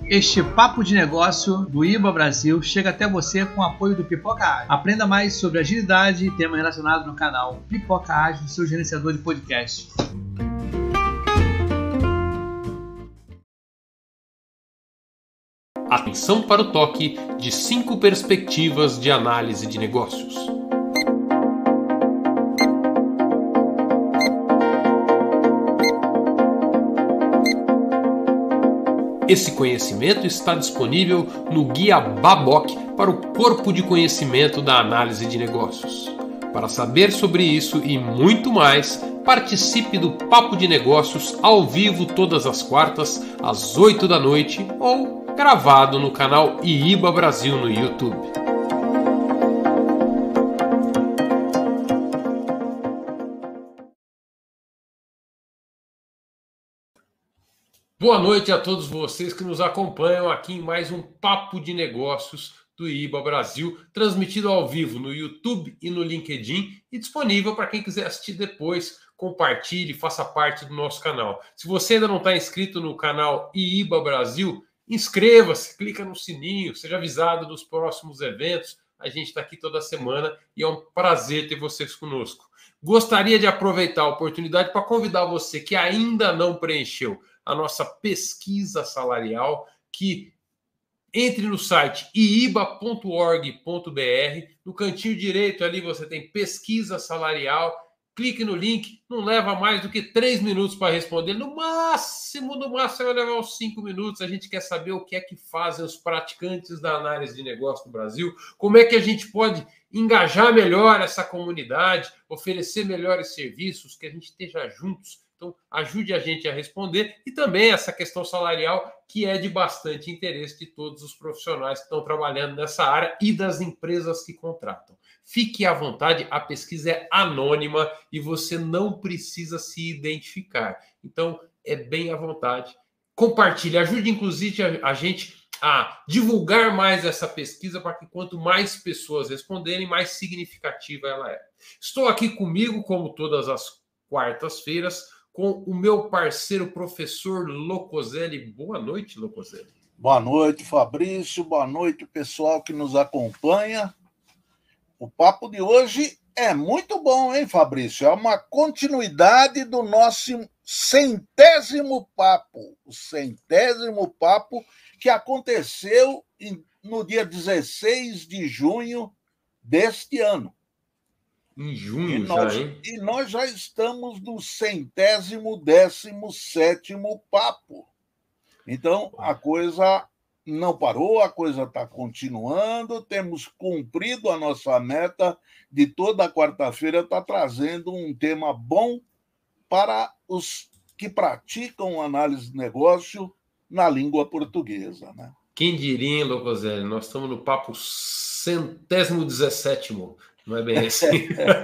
Este papo de negócio do IBA Brasil chega até você com o apoio do Pipoca Ágil. Aprenda mais sobre agilidade e temas relacionados no canal Pipoca Ágil, seu gerenciador de podcast. Atenção para o toque de 5 perspectivas de análise de negócios. Esse conhecimento está disponível no Guia Baboc para o corpo de conhecimento da análise de negócios. Para saber sobre isso e muito mais, participe do Papo de Negócios ao vivo todas as quartas, às 8 da noite ou gravado no canal IBA Brasil no YouTube. Boa noite a todos vocês que nos acompanham aqui em mais um Papo de Negócios do IBA Brasil, transmitido ao vivo no YouTube e no LinkedIn e disponível para quem quiser assistir depois. Compartilhe, faça parte do nosso canal. Se você ainda não está inscrito no canal IBA Brasil, inscreva-se, clica no sininho, seja avisado dos próximos eventos. A gente está aqui toda semana e é um prazer ter vocês conosco. Gostaria de aproveitar a oportunidade para convidar você que ainda não preencheu a nossa pesquisa salarial, que entre no site iiba.org.br, no cantinho direito ali você tem pesquisa salarial, clique no link, não leva mais do que 3 minutos para responder, no máximo vai levar uns 5 minutos. A gente quer saber o que é que fazem os praticantes da análise de negócio no Brasil, como é que a gente pode engajar melhor essa comunidade, oferecer melhores serviços, que a gente esteja juntos. Então, ajude a gente a responder e também essa questão salarial, que é de bastante interesse de todos os profissionais que estão trabalhando nessa área e das empresas que contratam. Fique à vontade, a pesquisa é anônima e você não precisa se identificar. Então, é bem à vontade. Compartilhe, ajude inclusive a gente a divulgar mais essa pesquisa para que quanto mais pessoas responderem, mais significativa ela é. Estou aqui comigo, como todas as quartas-feiras, com o meu parceiro, professor Locoselli. Boa noite, Locoselli. Boa noite, Fabrício. Boa noite, pessoal que nos acompanha. O papo de hoje é muito bom, hein, Fabrício? É uma continuidade do nosso 100º papo. O 100º papo que aconteceu no dia 16 de junho deste ano. Em junho já, hein? E nós já estamos no 117º papo. Então, a coisa não parou, a coisa está continuando, temos cumprido a nossa meta de toda quarta-feira estar trazendo um tema bom para os que praticam análise de negócio na língua portuguesa, né? Quem diria, hein, Locoselli? Nós estamos no papo 117º. Não é bem assim.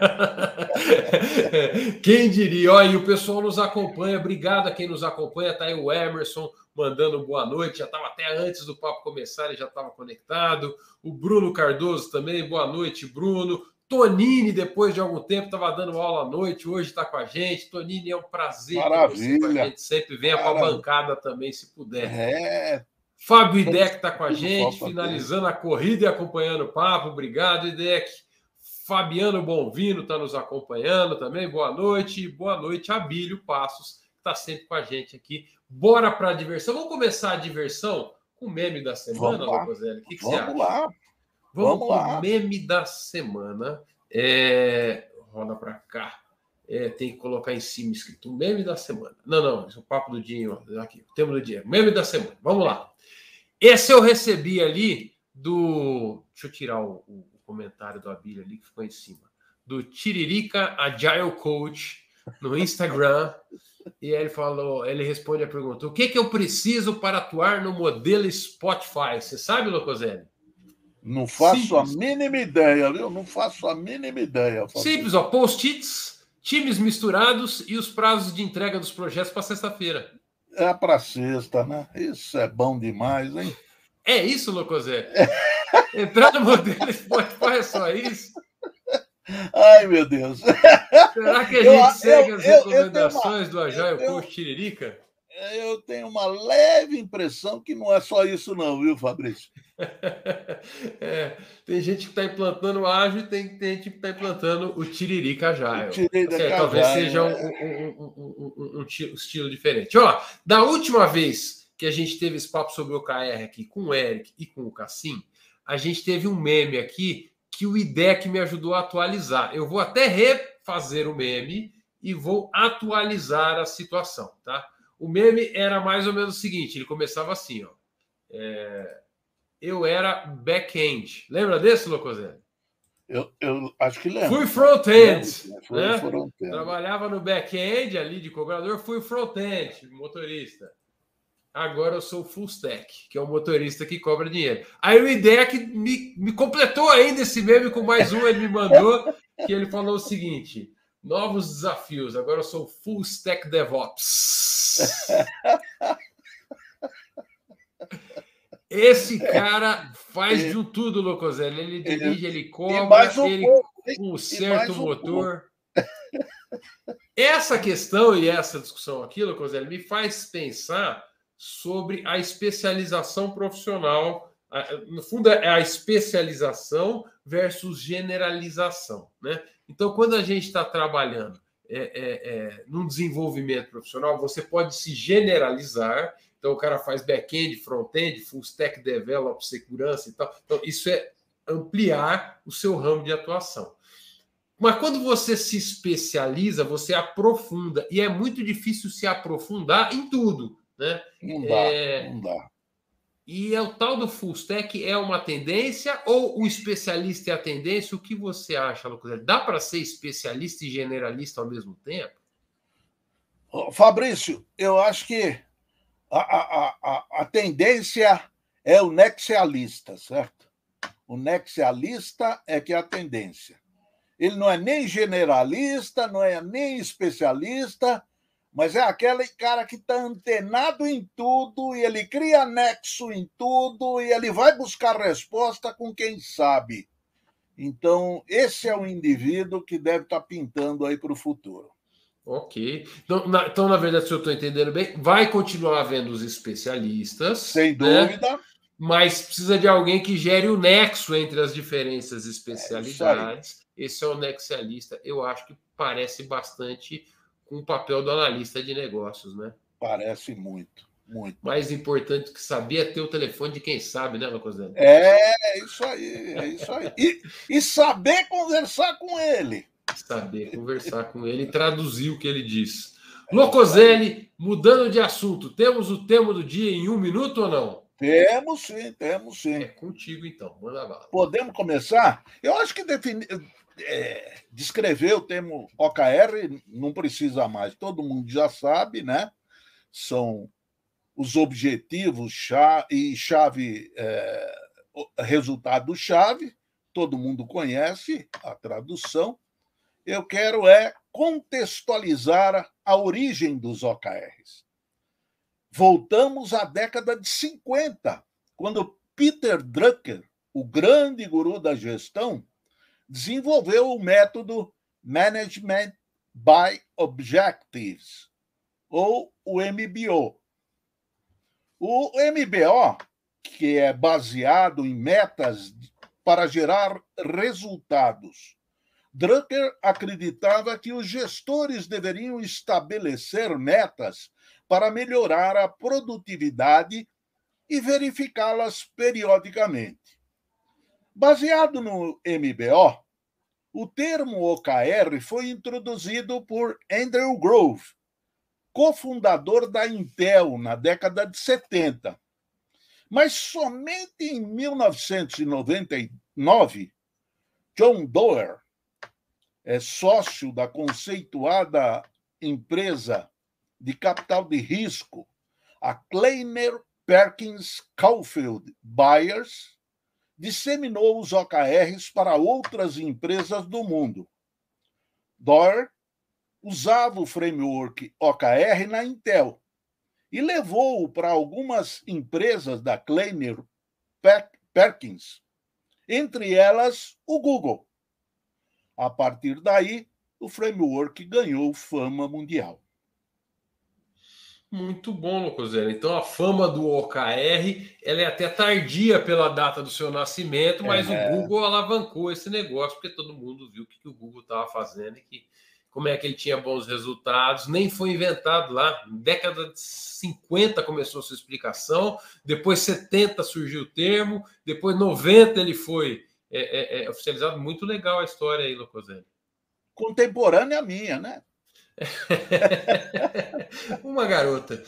Quem diria? Olha, e o pessoal nos acompanha. Obrigado a quem nos acompanha. Está aí o Emerson mandando boa noite. Já estava até antes do papo começar, ele já estava conectado. O Bruno Cardoso também. Boa noite, Bruno. Tonini, depois de algum tempo, estava dando aula à noite. Hoje está com a gente. Tonini, é um prazer ter você com a gente. Sempre venha para a bancada também, se puder. Fábio Idec está com a gente, finalizando a corrida e acompanhando o papo. Obrigado, Idec. Fabiano Bonvino está nos acompanhando também. Boa noite. E boa noite, Abílio Passos, que está sempre com a gente aqui. Bora para a diversão. Vamos começar a diversão com o meme da semana, Locoselli? O que você acha? Vamos com o meme da semana. Roda para cá. Tem que colocar em cima escrito meme da semana. Não, esse é o papo do dia. Aqui, o tema do dia. Meme da semana. Vamos lá. Esse eu recebi ali do... Deixa eu tirar o comentário do Abílio ali que ficou em cima. Do Tiririca Agile Coach no Instagram. E aí ele responde a pergunta: o que eu preciso para atuar no modelo Spotify? Você sabe, Locoselli? Não faço a mínima ideia, viu? Não faço a mínima ideia. Simples, ó. Post-its, times misturados e os prazos de entrega dos projetos para sexta-feira. É para sexta, né? Isso é bom demais, hein? É isso, Locoselli? Entrar no modelo Spotify é só isso? Ai, meu Deus. Será que a gente segue as recomendações do Agile Coach Tiririca? eu tenho uma leve impressão que não é só isso não, viu, Fabrício? Tem gente que está implantando ágil e tem gente que está implantando o tiririca Eu agile. tirei da Talvez Cajá. seja um estilo diferente. Ó, da última vez que a gente teve esse papo sobre o OKR aqui com o Eric e com o Cassim, a gente teve um meme aqui que o IDEC me ajudou a atualizar. Eu vou até refazer o meme e vou atualizar a situação, tá? O meme era mais ou menos o seguinte, ele começava assim, ó. Eu era back-end. Lembra desse, Locoselli? Eu acho que lembro. Fui front-end. Né? Trabalhava no back-end ali de cobrador, fui front-end, motorista. Agora eu sou full stack, que é o motorista que cobra dinheiro. Aí o IDEC me completou ainda esse meme com mais um, ele me mandou, que ele falou o seguinte: novos desafios, agora eu sou full stack DevOps. Esse cara faz de tudo, Locoselli. Ele dirige, ele cobra, ele conserta o motor. Essa questão e essa discussão aqui, Locoselli, me faz pensar sobre a especialização profissional. No fundo, é a especialização versus generalização, né? Então, quando a gente está trabalhando num desenvolvimento profissional, você pode se generalizar. Então, o cara faz back-end, front-end, full stack develop, segurança e tal. Então, isso é ampliar o seu ramo de atuação. Mas quando você se especializa, você aprofunda. E é muito difícil se aprofundar em tudo, né? Não dá. E o tal do full stack é uma tendência ou o especialista é a tendência? O que você acha, Lucas? Dá para ser especialista e generalista ao mesmo tempo? Fabrício, eu acho que a tendência é o nexialista, certo? O nexialista é que é a tendência. Ele não é nem generalista, não é nem especialista, mas é aquele cara que está antenado em tudo e ele cria nexo em tudo e ele vai buscar resposta com quem sabe. Então, esse é o indivíduo que deve estar pintando aí para o futuro. Ok. Então, na verdade, se eu estou entendendo bem, vai continuar havendo os especialistas. Sem dúvida. Né? Mas precisa de alguém que gere o nexo entre as diferentes especialidades. Esse é o nexialista. Eu acho que parece bastante com o papel do analista de negócios, né? Parece muito, muito. Mais importante que saber é ter o telefone de quem sabe, né, Locoselli? É isso aí. E saber conversar com ele. Saber conversar com ele e traduzir o que ele diz. Locoselli, mudando de assunto, temos o tema do dia em 1 minuto ou não? Temos sim. É contigo, então. Manda bala. Podemos começar? Eu acho que descrever o termo OKR não precisa mais. Todo mundo já sabe, né? São os objetivos chave, resultado-chave. Todo mundo conhece a tradução. Eu quero contextualizar a origem dos OKRs. Voltamos à década de 50, quando Peter Drucker, o grande guru da gestão, desenvolveu o método Management by Objectives, ou o MBO. O MBO, que é baseado em metas para gerar resultados. Drucker acreditava que os gestores deveriam estabelecer metas para melhorar a produtividade e verificá-las periodicamente. Baseado no MBO, o termo OKR foi introduzido por Andrew Grove, cofundador da Intel na década de 70. Mas somente em 1999, John Doerr, sócio da conceituada empresa de capital de risco, a Kleiner Perkins Caufield Byers, disseminou os OKRs para outras empresas do mundo. Doerr usava o framework OKR na Intel e levou-o para algumas empresas da Kleiner Perkins, entre elas o Google. A partir daí, o framework ganhou fama mundial. Muito bom, Locoselli. Então, a fama do OKR, ela é até tardia pela data do seu nascimento, mas o Google alavancou esse negócio, porque todo mundo viu o que o Google estava fazendo e como é que ele tinha bons resultados. Nem foi inventado lá. Na década de 50 começou a sua explicação, depois 70 surgiu o termo, depois 90 ele foi oficializado. Muito legal a história aí, Locoselli. Contemporânea minha, né? Uma garota.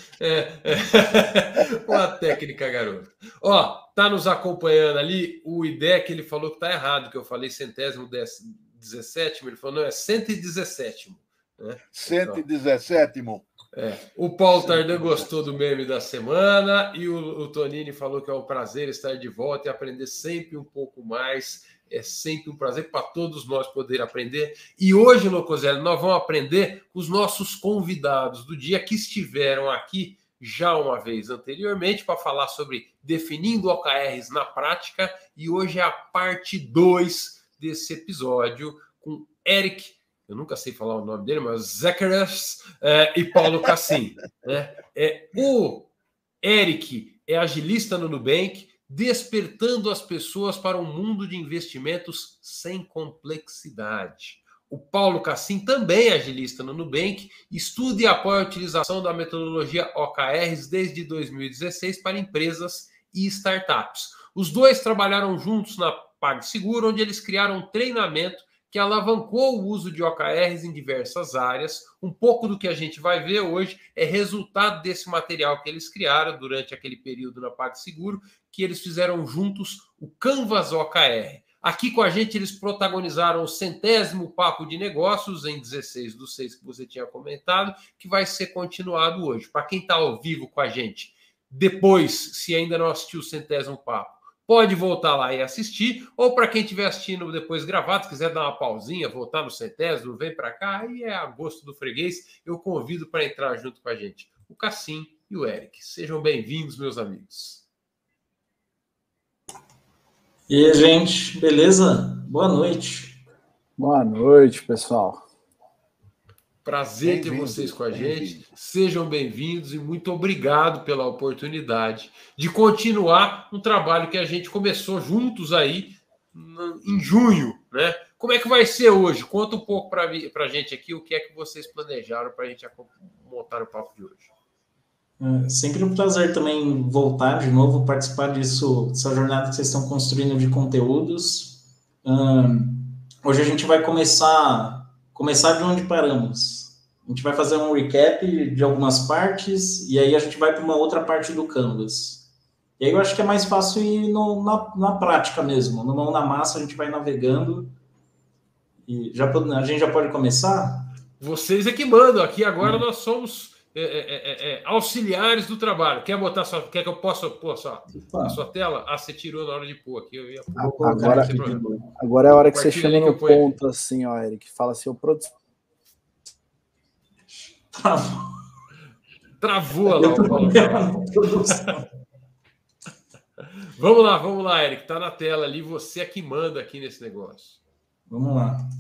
Uma técnica garota. Ó, tá nos acompanhando ali o IDEC, ele falou que tá errado, que eu falei 117º, ele falou, não, é 117º. Né? 117º. O Paulo Tardan gostou do meme da semana e o Tonini falou que é um prazer estar de volta e aprender sempre um pouco mais. É sempre um prazer para todos nós poder aprender. E hoje, Locoselli, nós vamos aprender com os nossos convidados do dia que estiveram aqui já uma vez anteriormente para falar sobre definindo OKRs na prática. E hoje é a parte 2 desse episódio com Eric, eu nunca sei falar o nome dele, mas Zacharias e Paulo Cassim. Né? O Eric é agilista no Nubank, despertando as pessoas para um mundo de investimentos sem complexidade. O Paulo Cassim também é agilista no Nubank, estuda e apoia a utilização da metodologia OKRs desde 2016 para empresas e startups. Os dois trabalharam juntos na PagSeguro, onde eles criaram um treinamento que alavancou o uso de OKRs em diversas áreas. Um pouco do que a gente vai ver hoje é resultado desse material que eles criaram durante aquele período na PagSeguro, que eles fizeram juntos o Canvas OKR. Aqui com a gente eles protagonizaram o 100º Papo de Negócios, em 16/6, que você tinha comentado, que vai ser continuado hoje. Para quem está ao vivo com a gente, depois, se ainda não assistiu o 100º Papo, pode voltar lá e assistir, ou para quem estiver assistindo depois gravado, se quiser dar uma pausinha, voltar no 100º, vem para cá, aí é a gosto do freguês, eu convido para entrar junto com a gente o Cassim e o Eric. Sejam bem-vindos, meus amigos. E aí, gente, beleza? Boa noite. Boa noite, pessoal. Prazer ter vocês com a gente. Sejam bem-vindos e muito obrigado pela oportunidade de continuar um trabalho que a gente começou juntos aí em junho, né? Como é que vai ser hoje? Conta um pouco para a gente aqui o que é que vocês planejaram para a gente montar o papo de hoje. Sempre um prazer também voltar de novo, participar dessa jornada que vocês estão construindo de conteúdos. Hoje a gente vai começar de onde paramos. A gente vai fazer um recap de algumas partes e aí a gente vai para uma outra parte do Canvas. E aí eu acho que é mais fácil ir na prática mesmo, no mão na massa, a gente vai navegando. E a gente já pode começar? Vocês é que mandam. Aqui agora nós somos auxiliares do trabalho. Quer que eu possa pôr a sua tela? Ah, você tirou na hora de pôr aqui. Eu ia pôr. Agora é a hora que você chama no ponto assim, ó, Eric. Fala assim, produção. Travou lá o Paulo. Vamos lá, Eric. Tá na tela ali. Você é que manda aqui nesse negócio. Vamos lá.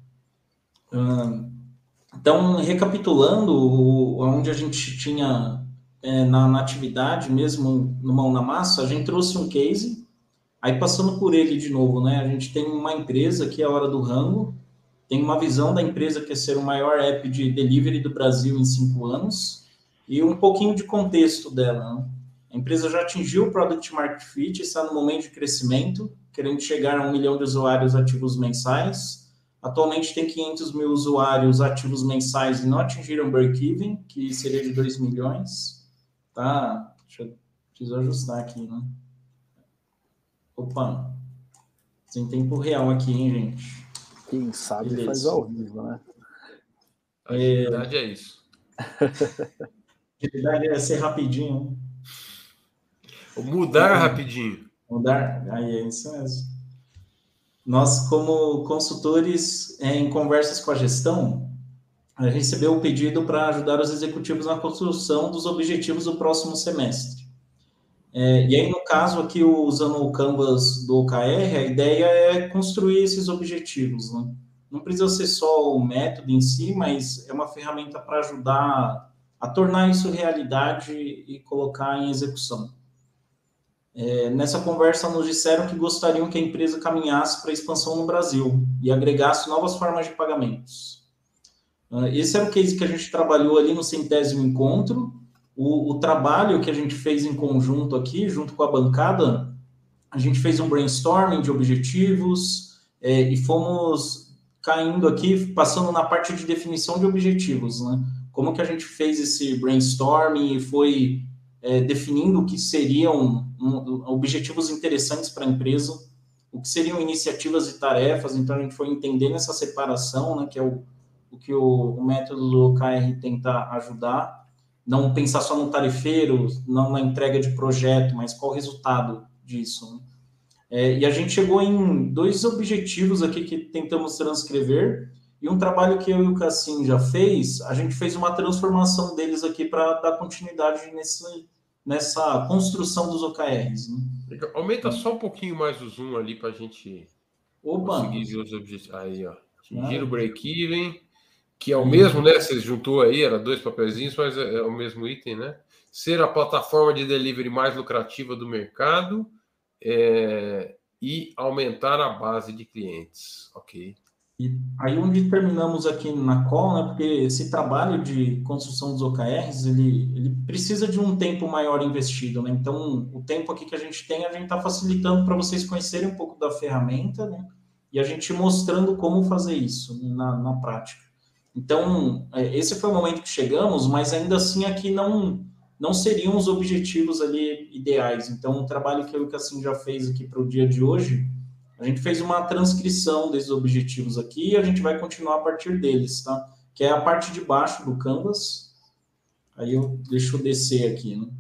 Então, recapitulando, onde a gente tinha na atividade mesmo, no mão na massa, a gente trouxe um case, aí passando por ele de novo, né? A gente tem uma empresa que é a Hora do Rango, tem uma visão da empresa que é ser o maior app de delivery do Brasil em 5 anos, e um pouquinho de contexto dela, né? A empresa já atingiu o Product Market Fit, está no momento de crescimento, querendo chegar a 1 milhão de usuários ativos mensais. Atualmente tem 500 mil usuários ativos mensais e não atingiram break-even, que seria de 2 milhões. Tá? Preciso ajustar aqui, né? Opa! Em tempo real aqui, hein, gente? Quem sabe beleza. Faz ao vivo, né? A agilidade é isso. A agilidade é ser rapidinho. Mudar rapidinho. Mudar, aí é isso mesmo. Nós, como consultores em conversas com a gestão, recebeu o pedido para ajudar os executivos na construção dos objetivos do próximo semestre. E aí, no caso aqui, usando o Canvas do OKR, a ideia é construir esses objetivos, né? Não precisa ser só o método em si, mas é uma ferramenta para ajudar a a tornar isso realidade e colocar em execução. Nessa conversa nos disseram que gostariam que a empresa caminhasse para a expansão no Brasil e agregasse novas formas de pagamentos. Esse era o case que a gente trabalhou ali no 100º encontro. O trabalho que a gente fez em conjunto aqui, junto com a bancada, a gente fez um brainstorming de objetivos e fomos caindo aqui, passando na parte de definição de objetivos, né? Como que a gente fez esse brainstorming e foi definindo o que seriam objetivos interessantes para a empresa, o que seriam iniciativas e tarefas. Então, a gente foi entendendo essa separação, né, que é o que o método do OKR tenta ajudar. Não pensar só no tarefeiro, não na entrega de projeto, mas qual o resultado disso, né? E a gente chegou em 2 objetivos aqui que tentamos transcrever, e um trabalho que eu e o Cassim já fez, a gente fez uma transformação deles aqui para dar continuidade nessa construção dos OKRs, né? Aumenta só um pouquinho mais o zoom ali para a gente conseguir ver os objetivos. Aí, ó. Atingir o break-even, que é o mesmo, né? Você juntou aí, era 2 papelzinhos, mas é o mesmo item, né? Ser a plataforma de delivery mais lucrativa do mercado e aumentar a base de clientes. Ok. E aí onde terminamos aqui na call, né? Porque esse trabalho de construção dos OKRs, ele precisa de um tempo maior investido, né? Então, o tempo aqui que a gente está facilitando para vocês conhecerem um pouco da ferramenta, né? E a gente mostrando como fazer isso na prática. Então, esse foi o momento que chegamos, mas ainda assim aqui não seriam os objetivos ali ideais. Então, o trabalho que eu e o Cassim já fez aqui para o dia de hoje, a gente fez uma transcrição desses objetivos aqui e a gente vai continuar a partir deles, tá? Que é a parte de baixo do Canvas. Aí deixa eu descer aqui, né?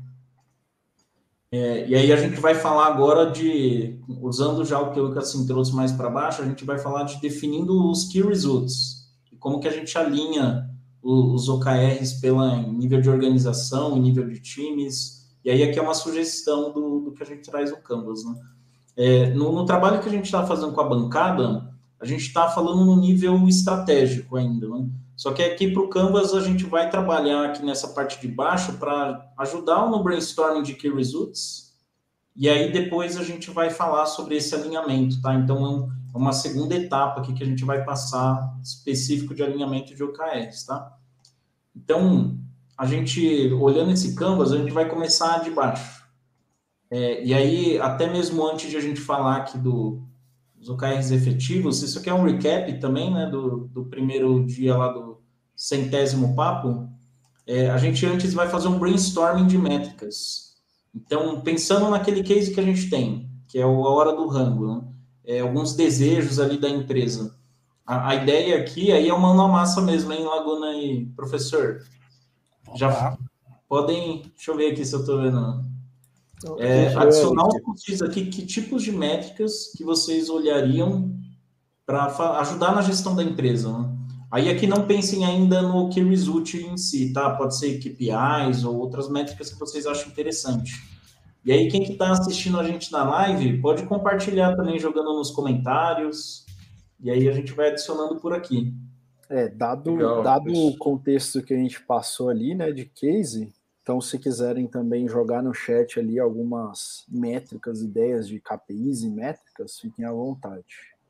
E aí a gente vai falar agora usando já o que eu e o Cassim trouxe mais para baixo, a gente vai falar de definindo os Key Results. Como que a gente alinha os OKRs pelo nível de organização, nível de times, e aí aqui é uma sugestão do que a gente traz no Canvas, né? No trabalho que a gente está fazendo com a bancada, a gente está falando no nível estratégico ainda, né? Só que aqui para o Canvas a gente vai trabalhar aqui nessa parte de baixo para ajudar no brainstorming de Key Results, e aí depois a gente vai falar sobre esse alinhamento, tá? Então, é uma segunda etapa aqui que a gente vai passar específico de alinhamento de OKRs, tá? Então, a gente, olhando esse Canvas, a gente vai começar de baixo. E aí, até mesmo antes de a gente falar aqui dos OKRs efetivos, isso aqui é um recap também, né, do primeiro dia lá do 100º papo. A gente antes vai fazer um brainstorming de métricas. Então, pensando naquele case que a gente tem, que é a hora do rango, né? Alguns desejos ali da empresa. A ideia aqui aí é uma mão na massa mesmo, hein, Laguna e professor? Já podem... Deixa eu ver aqui se eu estou vendo. Adicionar os possíveis aqui, que tipos de métricas que vocês olhariam para ajudar na gestão da empresa, né? Aí aqui não pensem ainda no Key Result em si, tá? Pode ser KPIs ou outras métricas que vocês acham interessante. E aí, quem que está assistindo a gente na live, pode compartilhar também, jogando nos comentários, e aí a gente vai adicionando por aqui. Dado o contexto que a gente passou ali, né, de case, então se quiserem também jogar no chat ali algumas métricas, ideias de KPIs e métricas, fiquem à vontade.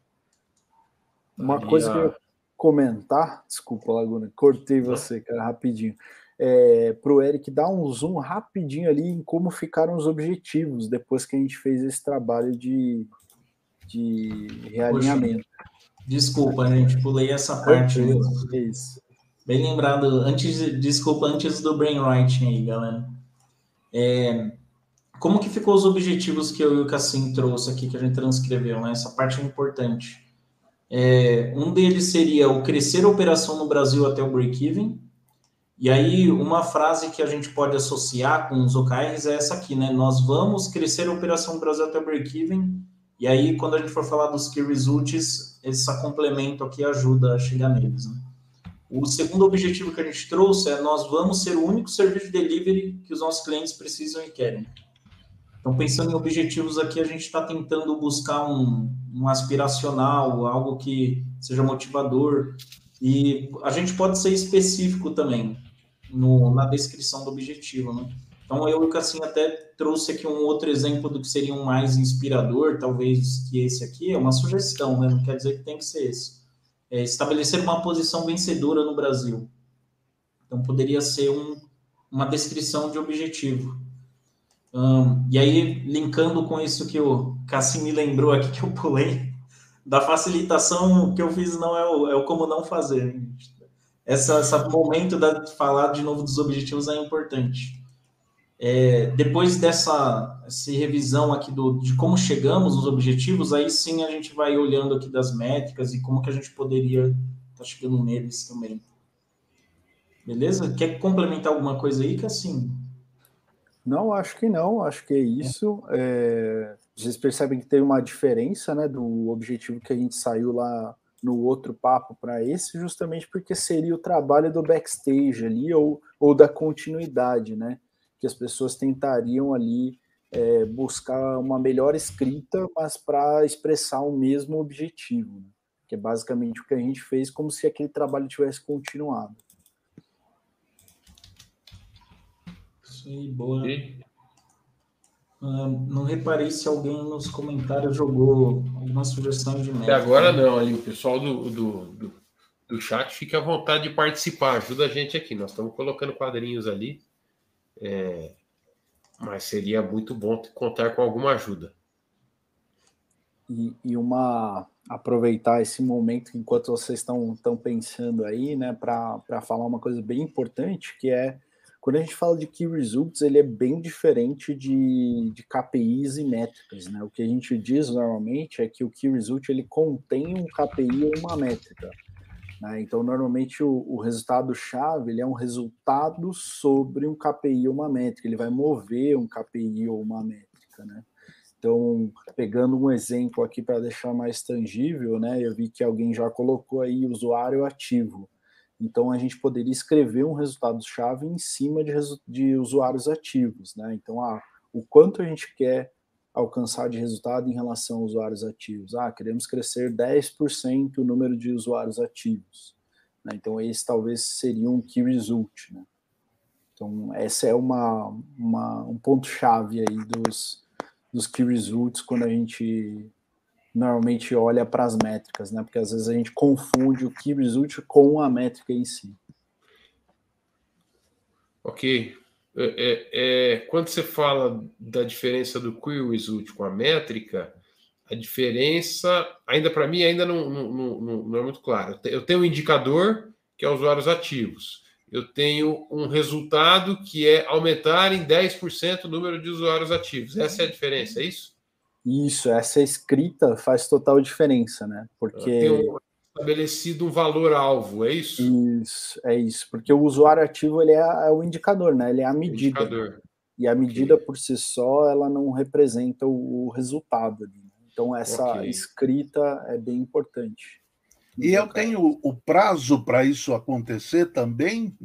Uma coisa que eu ia comentar, desculpa, Laguna, cortei você, cara, rapidinho. Para o Eric dar um zoom rapidinho ali em como ficaram os objetivos depois que a gente fez esse trabalho de realinhamento. Poxa, desculpa, gente, pulei essa parte mesmo. É isso. Bem lembrado, antes do brainwriting aí, galera. Como que ficou os objetivos que eu e o Cassim trouxe aqui, que a gente transcreveu, né? Essa parte é importante. Um deles seria o crescer a operação no Brasil até o break-even. E aí, uma frase que a gente pode associar com os OKRs é essa aqui, né? Nós vamos crescer a operação no Brasil até o break-even. E aí, quando a gente for falar dos Key Results, esse complemento aqui ajuda a chegar neles, né? O segundo objetivo que a gente trouxe é nós vamos ser o único serviço de delivery que os nossos clientes precisam e querem. Então, pensando em objetivos aqui, a gente está tentando buscar um aspiracional, algo que seja motivador. E a gente pode ser específico também. na descrição do objetivo, né? Então, eu, assim, até trouxe aqui um outro exemplo do que seria um mais inspirador, talvez que esse aqui, é uma sugestão, né? Não quer dizer que tem que ser esse. Estabelecer uma posição vencedora no Brasil. Então, poderia ser uma descrição de objetivo. E aí, linkando com isso que o Cassim me lembrou aqui, que eu pulei, da facilitação que eu fiz não é o como não fazer. Esse momento de falar de novo dos objetivos é importante. Depois dessa revisão aqui de como chegamos nos objetivos, aí sim a gente vai olhando aqui das métricas e como que a gente poderia estar chegando neles também. Beleza? Quer complementar alguma coisa aí, Cassim? Não, acho que não, acho que é isso. Vocês percebem que tem uma diferença, né, do objetivo que a gente saiu lá no outro papo para esse, justamente porque seria o trabalho do backstage ali, ou da continuidade, né, que as pessoas tentariam ali buscar uma melhor escrita, mas para expressar o mesmo objetivo, né, que é basicamente o que a gente fez, como se aquele trabalho tivesse continuado. Boa. Não reparei se alguém nos comentários jogou alguma sugestão de métrica. Até agora não, ali o pessoal do chat fica à vontade de participar, ajuda a gente aqui. Nós estamos colocando quadrinhos ali, mas seria muito bom contar com alguma ajuda. E aproveitar esse momento enquanto vocês estão pensando aí, né, para falar uma coisa bem importante, que é quando a gente fala de Key Results, ele é bem diferente de KPIs e métricas, né? O que a gente diz normalmente é que o Key Result ele contém um KPI ou uma métrica, né? Então, normalmente, o resultado-chave ele é um resultado sobre um KPI ou uma métrica, ele vai mover um KPI ou uma métrica, né? Então, pegando um exemplo aqui para deixar mais tangível, né? Eu vi que alguém já colocou aí usuário ativo. Então, a gente poderia escrever um resultado-chave em cima de usuários ativos, né? Então, o quanto a gente quer alcançar de resultado em relação a usuários ativos. Queremos crescer 10% o número de usuários ativos, né? Então, esse talvez seria um key result, né? Então, essa é um ponto-chave aí dos key results quando a gente normalmente olha para as métricas, né? Porque às vezes a gente confunde o key result com a métrica em si. Ok. Quando você fala da diferença do key result com a métrica, a diferença, ainda para mim, ainda não é muito clara. Eu tenho um indicador, que é usuários ativos. Eu tenho um resultado, que é aumentar em 10% o número de usuários ativos. Essa é a diferença, é isso? Isso, essa escrita faz total diferença, né? Porque tem estabelecido um valor-alvo, é isso? Isso, é isso. Porque o usuário ativo ele é o indicador, né? Ele é a medida. Indicador. E a medida por si só, ela não representa o resultado ali, né? Então, essa escrita é bem importante. E eu tenho o prazo para isso acontecer também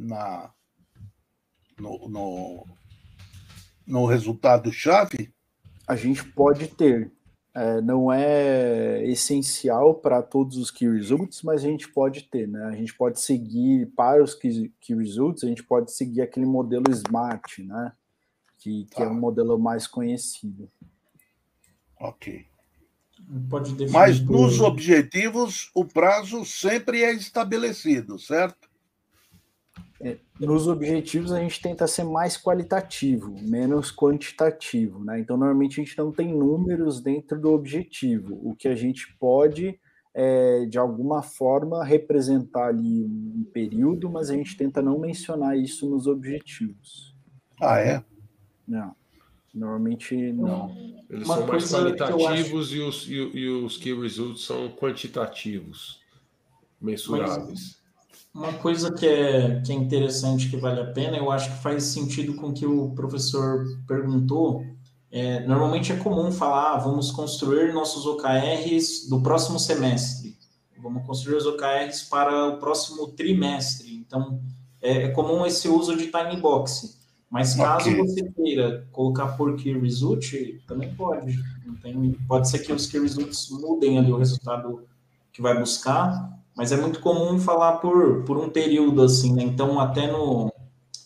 no resultado-chave? A gente pode ter. Não é essencial para todos os key results, mas a gente pode ter, né? A gente pode seguir para os key results, a gente pode seguir aquele modelo SMART, né? Que é um modelo mais conhecido. Ok. Pode mas nos objetivos o prazo sempre é estabelecido, certo? Nos objetivos a gente tenta ser mais qualitativo, menos quantitativo, né? Então, normalmente a gente não tem números dentro do objetivo. O que a gente pode de alguma forma, representar ali um período, mas a gente tenta não mencionar isso nos objetivos. Ah, é? Não. Normalmente, não. Eles são mais qualitativos e os key results são quantitativos, mensuráveis. Uma coisa que é interessante, que vale a pena, eu acho que faz sentido com o que o professor perguntou. Normalmente é comum falar, vamos construir nossos OKRs do próximo semestre. Vamos construir os OKRs para o próximo trimestre. Então, é comum esse uso de time box. Mas caso você queira colocar por key result, também pode. Pode ser que os key results mudem ali o resultado que vai buscar, mas é muito comum falar por um período assim, né? Então, até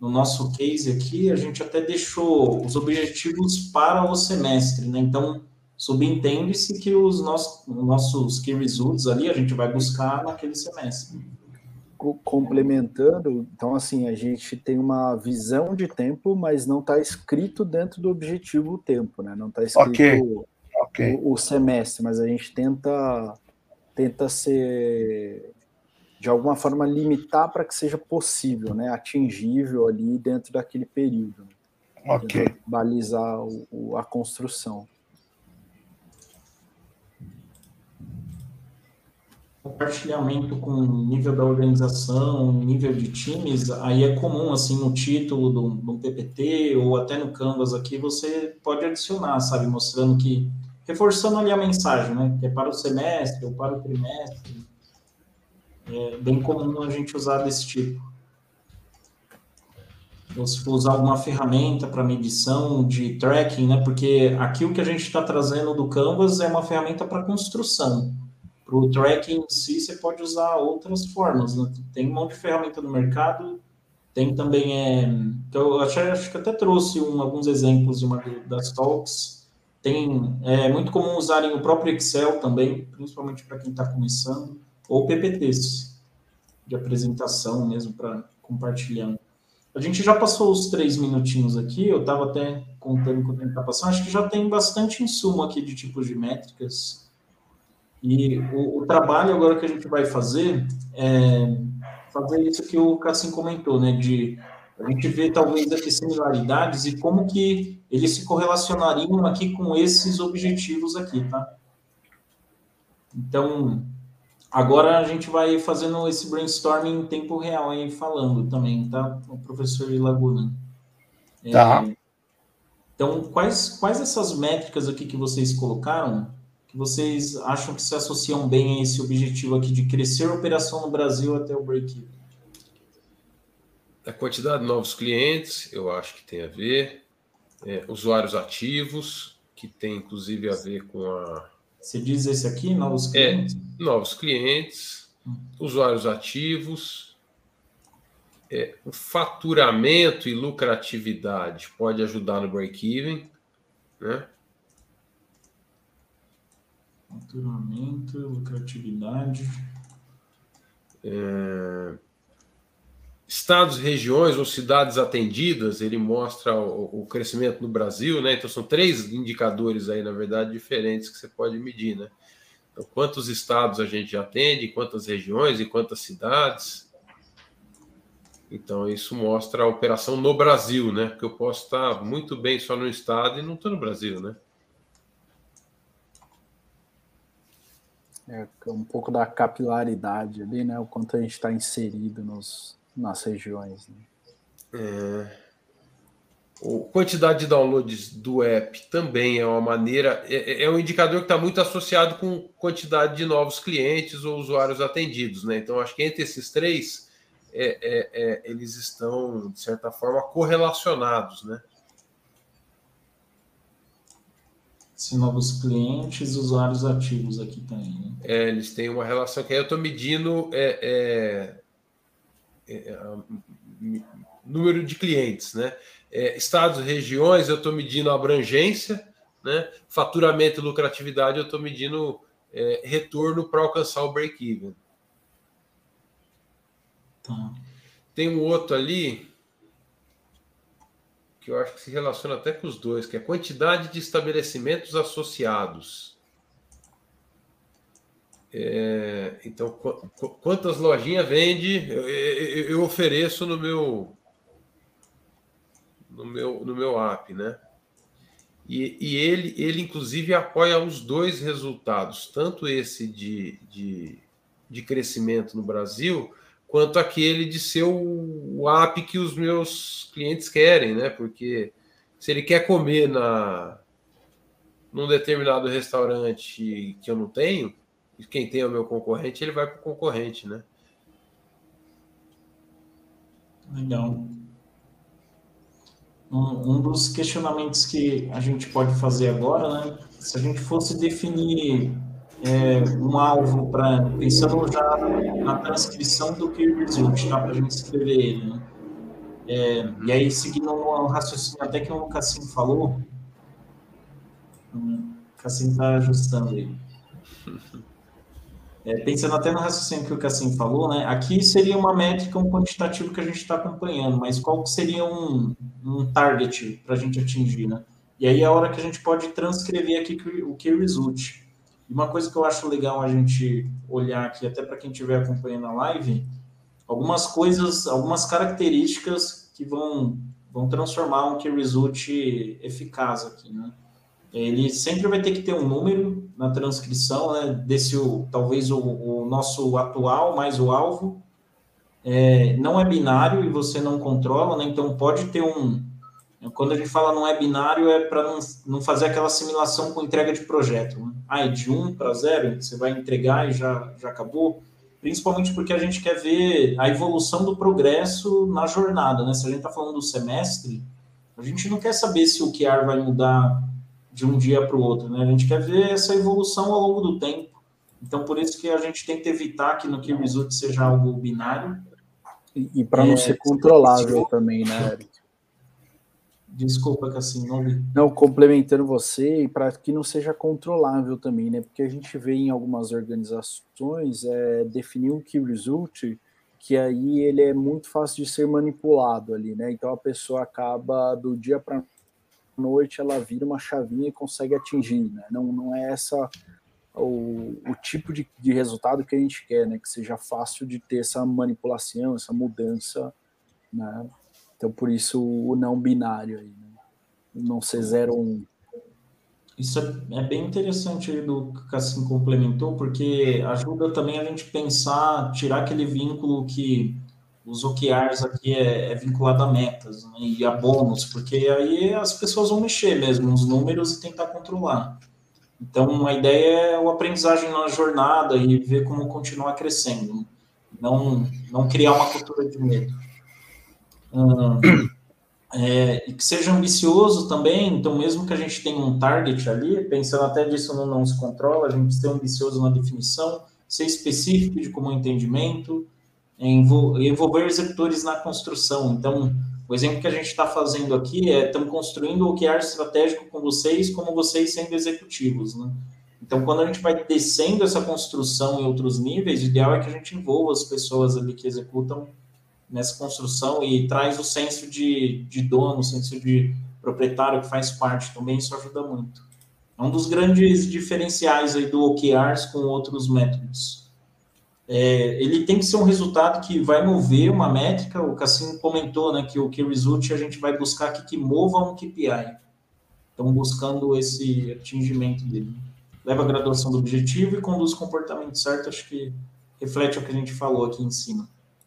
no nosso case aqui, a gente até deixou os objetivos para o semestre, né? Então, subentende-se que os nossos key results ali a gente vai buscar naquele semestre. Complementando, então assim, a gente tem uma visão de tempo, mas não está escrito dentro do objetivo o tempo, né? Não está escrito o semestre, mas a gente tenta ser, de alguma forma, limitar para que seja possível, né? Atingível ali dentro daquele período. Né? Balizar a construção. Compartilhamento com o nível da organização, nível de times, aí é comum, assim, no título do PPT ou até no Canvas aqui, você pode adicionar, sabe, mostrando que, reforçando ali a mensagem, né, que é para o semestre ou para o trimestre, é bem comum a gente usar desse tipo. Ou se for usar alguma ferramenta para medição de tracking, né, porque aqui o que a gente está trazendo do Canvas é uma ferramenta para construção. Para o tracking em si, você pode usar outras formas, né? Tem um monte de ferramenta no mercado, tem também, eu acho que até trouxe alguns exemplos de uma das talks, é muito comum usarem o próprio Excel também, principalmente para quem está começando, ou PPTs, de apresentação mesmo, para compartilhando. A gente já passou os 3 minutinhos aqui, eu estava até contando quanto tempo está passando, acho que já tem bastante insumo aqui de tipos de métricas. E o trabalho agora que a gente vai fazer é fazer isso que o Cassim comentou, né? De a gente ver talvez aqui similaridades e como que eles se correlacionariam aqui com esses objetivos aqui, tá? Então, agora a gente vai fazendo esse brainstorming em tempo real aí falando também, tá? O professor Laguna. Tá. Então, quais essas métricas aqui que vocês colocaram que vocês acham que se associam bem a esse objetivo aqui de crescer a operação no Brasil até o break-even? A quantidade de novos clientes, eu acho que tem a ver. Usuários ativos, que tem inclusive a ver com a... Você diz esse aqui, novos clientes? Novos clientes, usuários ativos, o faturamento e lucratividade pode ajudar no break-even, né? Faturamento, lucratividade. Estados, regiões ou cidades atendidas, ele mostra o crescimento no Brasil, né? Então são 3 indicadores aí, na verdade, diferentes que você pode medir, né? Então, quantos estados a gente atende, quantas regiões e quantas cidades. Então, isso mostra a operação no Brasil, né? Porque eu posso estar muito bem só no estado e não estou no Brasil, né? Um pouco da capilaridade ali, né? O quanto a gente está inserido nas regiões. Né? A quantidade de downloads do app também é uma maneira... É um indicador que está muito associado com quantidade de novos clientes ou usuários atendidos, né? Então, acho que entre esses 3, eles estão, de certa forma, correlacionados, né? Se novos clientes, usuários ativos aqui também, né? Eles têm uma relação que aí eu estou medindo número de clientes, né? Estados e regiões eu estou medindo a abrangência, né? Faturamento e lucratividade eu estou medindo retorno para alcançar o break-even. Tá. Tem um outro ali que eu acho que se relaciona até com os dois, que é a quantidade de estabelecimentos associados. Então, quantas lojinhas vende, eu ofereço no meu app, né? E ele inclusive apoia os 2 resultados, tanto esse de crescimento no Brasil, quanto aquele de ser o app que os meus clientes querem, né? Porque se ele quer comer num determinado restaurante que eu não tenho, e quem tem é o meu concorrente, ele vai para o concorrente, né? Legal. Um dos questionamentos que a gente pode fazer agora, né? Se a gente fosse definir um alvo pensando já na transcrição do Key Result, tá? Para a gente escrever ele, né? E aí, seguindo um raciocínio até que o Cassim falou, o Cassim está ajustando aí. Pensando até no raciocínio que o Cassim falou, né? Aqui seria uma métrica, um quantitativo que a gente está acompanhando, mas qual seria um target para a gente atingir, né? E aí é a hora que a gente pode transcrever aqui o key result. E uma coisa que eu acho legal a gente olhar aqui, até para quem estiver acompanhando a live, algumas coisas, algumas características que vão transformar um key result eficaz aqui, né? Ele sempre vai ter que ter um número na transcrição, né? Desse, talvez o nosso atual mais o alvo. Não é binário e você não controla, né? Então pode ter quando a gente fala não é binário, é para não fazer aquela assimilação com entrega de projeto. Né? É de 1 para 0, você vai entregar e já acabou. Principalmente porque a gente quer ver a evolução do progresso na jornada. Né? Se a gente está falando do semestre, a gente não quer saber se o QR vai mudar de um dia para o outro. Né? A gente quer ver essa evolução ao longo do tempo. Então, por isso que a gente tem que evitar que no Key Result seja algo binário. E para não ser controlável também, né, Eric? Desculpa, que assim, não vi. Não, complementando você, e para que não seja controlável também, né? Porque a gente vê em algumas organizações definir um key result, que aí ele é muito fácil de ser manipulado ali, né? Então a pessoa acaba do dia para noite, ela vira uma chavinha e consegue atingir, né? Não é essa o tipo de resultado que a gente quer, né? Que seja fácil de ter essa manipulação, essa mudança, né? Então por isso o não binário aí, né? Não ser 0 ou 1. Isso é bem interessante aí do que o Cassim complementou, porque ajuda também a gente pensar, tirar aquele vínculo que os OKRs aqui é vinculado a metas, né, e a bônus, porque aí as pessoas vão mexer mesmo nos números e tentar controlar. Então, a ideia é o aprendizagem na jornada e ver como continuar crescendo, não criar uma cultura de medo. E que seja ambicioso também, então mesmo que a gente tenha um target ali, pensando até disso não se controla, a gente ser ambicioso na definição, ser específico de comum entendimento, envolver executores na construção. Então, o exemplo que a gente está fazendo aqui estamos construindo o OKR estratégico com vocês, como vocês sendo executivos, né? Então, quando a gente vai descendo essa construção em outros níveis, o ideal é que a gente envolva as pessoas ali que executam nessa construção e traz o senso de dono, o senso de proprietário que faz parte também, isso ajuda muito. É um dos grandes diferenciais aí do OKRs com outros métodos. Ele tem que ser um resultado que vai mover uma métrica, o Cassim comentou, né, que o Key Result a gente vai buscar aqui que mova um KPI. Então, buscando esse atingimento dele. Leva a graduação do objetivo e conduz o comportamento certo, acho que reflete o que a gente falou aqui em cima.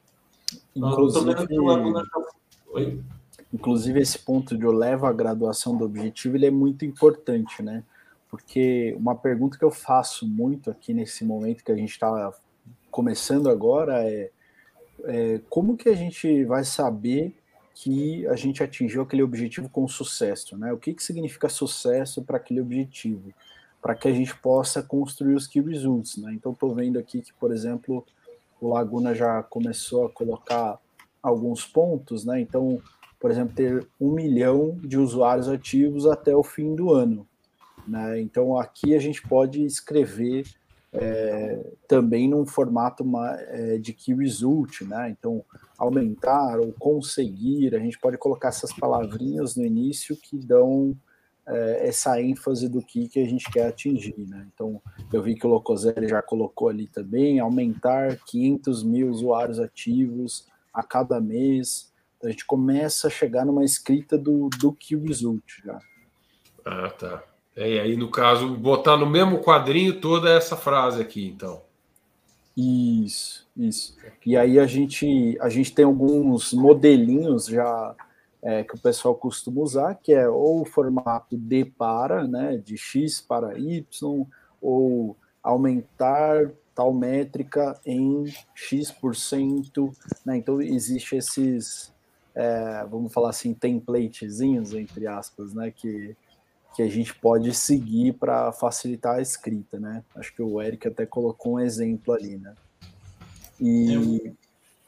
Inclusive esse ponto de eu levo a graduação do objetivo, ele é muito importante, né? Porque uma pergunta que eu faço muito aqui nesse momento que a gente está começando agora é como que a gente vai saber que a gente atingiu aquele objetivo com sucesso, né? O que significa sucesso para aquele objetivo? Para que a gente possa construir os key results, né? Então, estou vendo aqui que, por exemplo, o Laguna já começou a colocar alguns pontos, né? Então, por exemplo, ter 1 milhão de usuários ativos até o fim do ano, né? Então, aqui a gente pode escrever também num formato de key result, né? Então, aumentar ou conseguir, a gente pode colocar essas palavrinhas no início que dão essa ênfase do que a gente quer atingir, né? Então, eu vi que o Locoselli já colocou ali também, aumentar 500 mil usuários ativos a cada mês. Então, a gente começa a chegar numa escrita do Key Result já. Ah, tá. E aí, no caso, botar no mesmo quadrinho toda essa frase aqui, então. Isso. E aí a gente tem alguns modelinhos já que o pessoal costuma usar, que é ou o formato D para, né, de X para Y, ou aumentar tal métrica em X%, né? Então existe esses, vamos falar assim, templatezinhos, entre aspas, né, que a gente pode seguir para facilitar a escrita, né? Acho que o Eric até colocou um exemplo ali, né?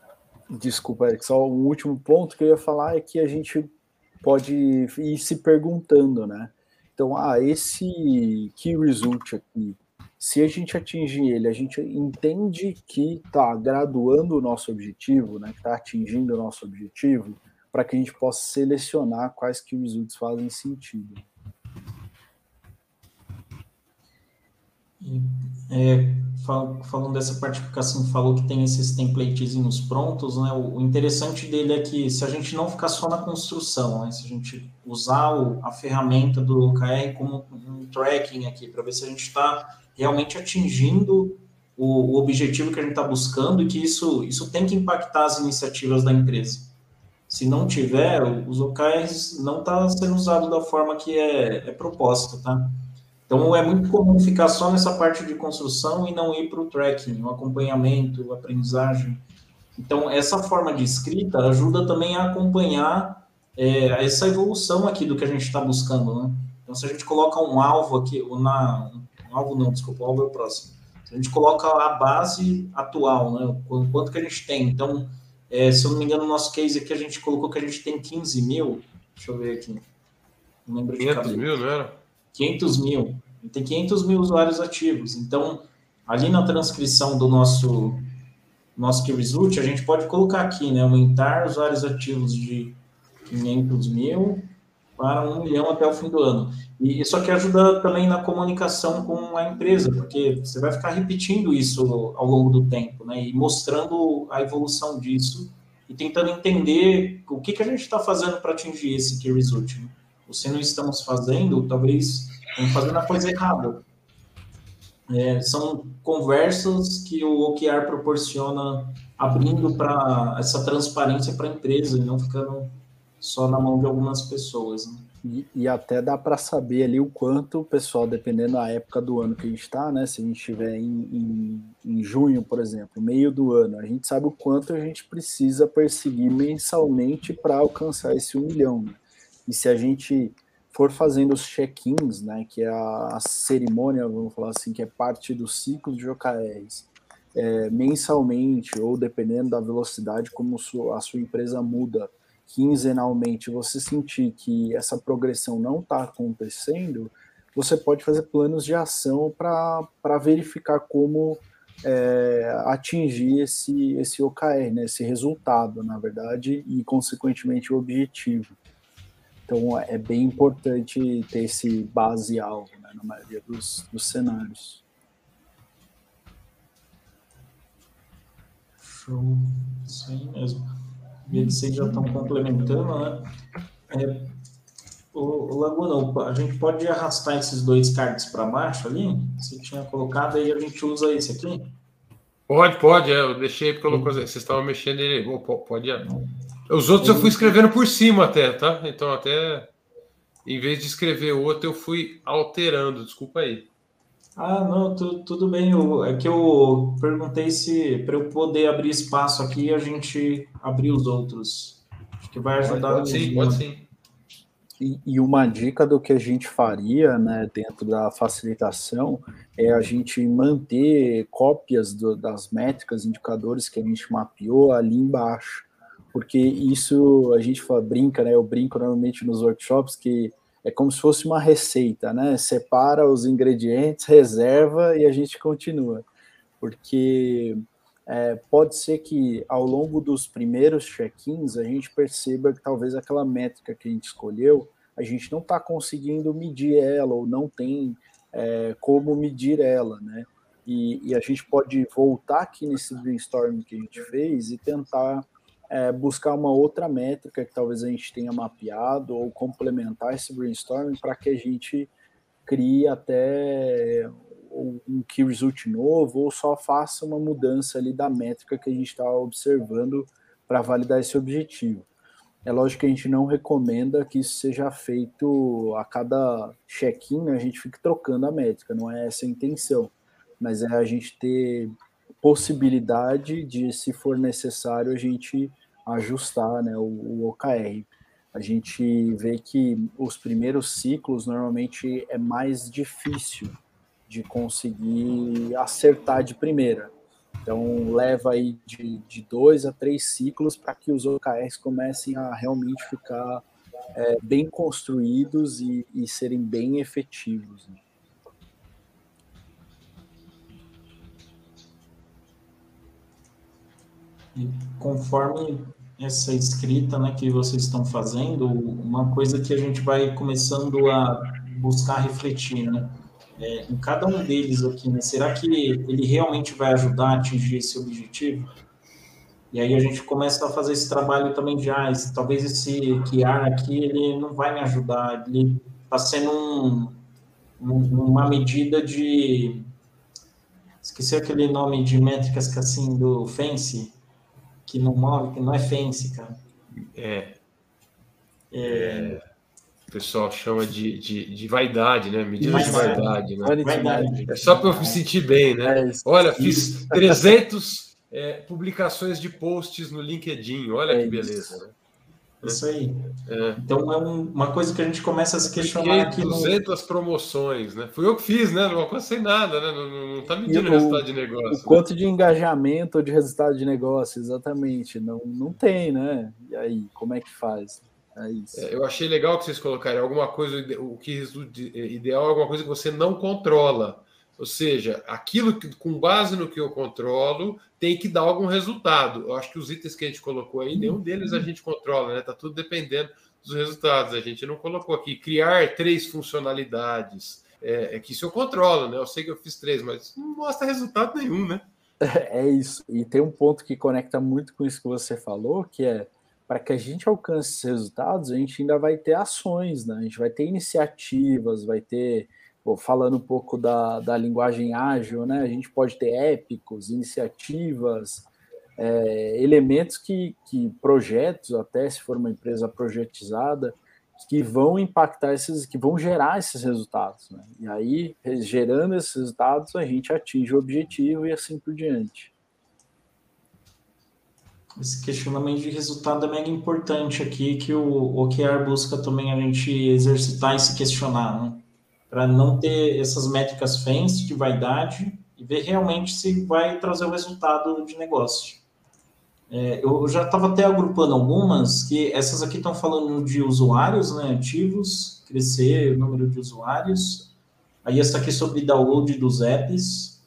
Desculpa, Eric, só um último ponto que eu ia falar é que a gente pode ir se perguntando, né? Então, esse key result aqui, se a gente atingir ele, a gente entende que está graduando o nosso objetivo, né? Que está atingindo o nosso objetivo, para que a gente possa selecionar quais key results fazem sentido. Falando dessa partificação, falou que tem esses templatezinhos prontos, né? O interessante dele é que se a gente não ficar só na construção, né? Se a gente usar a ferramenta do OKR como um tracking aqui, para ver se a gente está realmente atingindo o objetivo que a gente está buscando e que isso tem que impactar as iniciativas da empresa. Se não tiver, os OKRs não está sendo usado da forma que é proposta, tá? Então, é muito comum ficar só nessa parte de construção e não ir para o tracking, o acompanhamento, a aprendizagem. Então, essa forma de escrita ajuda também a acompanhar essa evolução aqui do que a gente está buscando, né? Então, se a gente coloca um alvo aqui, o alvo é o próximo. Se a gente coloca a base atual, né? Quanto que a gente tem. Então, se eu não me engano, no nosso case aqui, a gente colocou que a gente tem 15 mil. Deixa eu ver aqui. Não lembro de cabeça. 500 mil, não era? 500 mil. Tem 500 mil usuários ativos. Então, ali na transcrição do nosso key result, a gente pode colocar aqui, né? Aumentar usuários ativos de 500 mil para 1 milhão até o fim do ano. E isso aqui ajuda também na comunicação com a empresa, porque você vai ficar repetindo isso ao longo do tempo, né? E mostrando a evolução disso e tentando entender o que a gente está fazendo para atingir esse key result, né? Ou se não estamos fazendo, talvez estamos fazendo a coisa errada. São conversas que o OKR proporciona, abrindo para essa transparência para a empresa e não ficando só na mão de algumas pessoas, né? E até dá para saber ali o quanto o pessoal, dependendo da época do ano que a gente está, né? Se a gente estiver em junho, por exemplo, meio do ano, a gente sabe o quanto a gente precisa perseguir mensalmente para alcançar esse 1 milhão, né? E se a gente for fazendo os check-ins, né, que é a cerimônia, vamos falar assim, que é parte do ciclo de OKRs, mensalmente, ou dependendo da velocidade como a sua empresa muda quinzenalmente, você sentir que essa progressão não está acontecendo, você pode fazer planos de ação para verificar como atingir esse OKR, né, esse resultado, na verdade, e, consequentemente, o objetivo. Então, é bem importante ter esse base-alvo, né, na maioria dos cenários. Show. Isso aí mesmo. E eles já estão complementando, né? O Laguna, a gente pode arrastar esses 2 cards para baixo ali? Você tinha colocado aí, a gente usa esse aqui? Pode. Eu deixei porque vocês estavam mexendo nele. Pode. Os outros eu fui escrevendo por cima até, tá? Então, até em vez de escrever outro, eu fui alterando. Desculpa aí. Não, tudo bem. É que eu perguntei se para eu poder abrir espaço aqui, a gente abrir os outros. Acho que vai ajudar. Pode sim. E uma dica do que a gente faria, né, dentro da facilitação é a gente manter cópias das métricas, indicadores que a gente mapeou ali embaixo, porque isso a gente brinca, né? Eu brinco normalmente nos workshops que é como se fosse uma receita, né? Separa os ingredientes, reserva e a gente continua, porque pode ser que ao longo dos primeiros check-ins a gente perceba que talvez aquela métrica que a gente escolheu, a gente não está conseguindo medir ela ou não tem como medir ela, né? E a gente pode voltar aqui nesse brainstorming que a gente fez e tentar buscar uma outra métrica que talvez a gente tenha mapeado ou complementar esse brainstorming para que a gente crie até um key result novo ou só faça uma mudança ali da métrica que a gente está observando para validar esse objetivo. É lógico que a gente não recomenda que isso seja feito a cada check-in, a gente fique trocando a métrica, não é essa a intenção, mas é a gente ter possibilidade de, se for necessário, a gente ajustar, né, o OKR. A gente vê que os primeiros ciclos normalmente é mais difícil de conseguir acertar de primeira. Então, leva aí de 2 a 3 ciclos para que os OKRs comecem a realmente ficar bem construídos e serem bem efetivos. Né? E conforme essa escrita, né, que vocês estão fazendo, uma coisa que a gente vai começando a buscar refletir, né? Em cada um deles aqui, né? Será que ele realmente vai ajudar a atingir esse objetivo? E aí a gente começa a fazer esse trabalho também de, talvez esse QR aqui, ele não vai me ajudar, ele está sendo uma medida de... Esqueci aquele nome de métricas que assim, do Fancy, que não move, que não é Fancy, cara. O pessoal chama de vaidade, né? Medida de vaidade, né? Vaidade. É só para eu me sentir bem, né? Olha, fiz 300 publicações de posts no LinkedIn. Olha que beleza, né? Isso aí. Então, é uma coisa que a gente começa a se questionar aqui. 200 promoções, né? Fui eu que fiz, né? Não alcancei nada, né? Não está medindo o resultado de negócio. O quanto de engajamento ou de resultado de negócio, exatamente. Não tem, né? E aí, como é que faz? É isso. Eu achei legal que vocês colocarem alguma coisa, o que ideal é alguma coisa que você não controla. Ou seja, aquilo que, com base no que eu controlo, tem que dar algum resultado. Eu acho que os itens que a gente colocou aí, nenhum deles a gente controla, né? Tá tudo dependendo dos resultados. A gente não colocou aqui criar 3 funcionalidades. Que isso eu controlo, né? Eu sei que eu fiz 3, mas não mostra resultado nenhum, né? É isso. E tem um ponto que conecta muito com isso que você falou, que é para que a gente alcance esses resultados, a gente ainda vai ter ações, né? A gente vai ter iniciativas, vai ter, falando um pouco da linguagem ágil, né? A gente pode ter épicos, iniciativas, elementos que projetos, até se for uma empresa projetizada, que vão impactar que vão gerar esses resultados, né? E aí, gerando esses resultados, a gente atinge o objetivo e assim por diante. Esse questionamento de resultado é mega importante aqui, que o OKR busca também a gente exercitar e se questionar, né? Para não ter essas métricas fancy de vaidade e ver realmente se vai trazer o resultado de negócio. Eu já estava até agrupando algumas, que essas aqui estão falando de usuários, né, ativos, crescer o número de usuários. Aí essa aqui sobre download dos apps.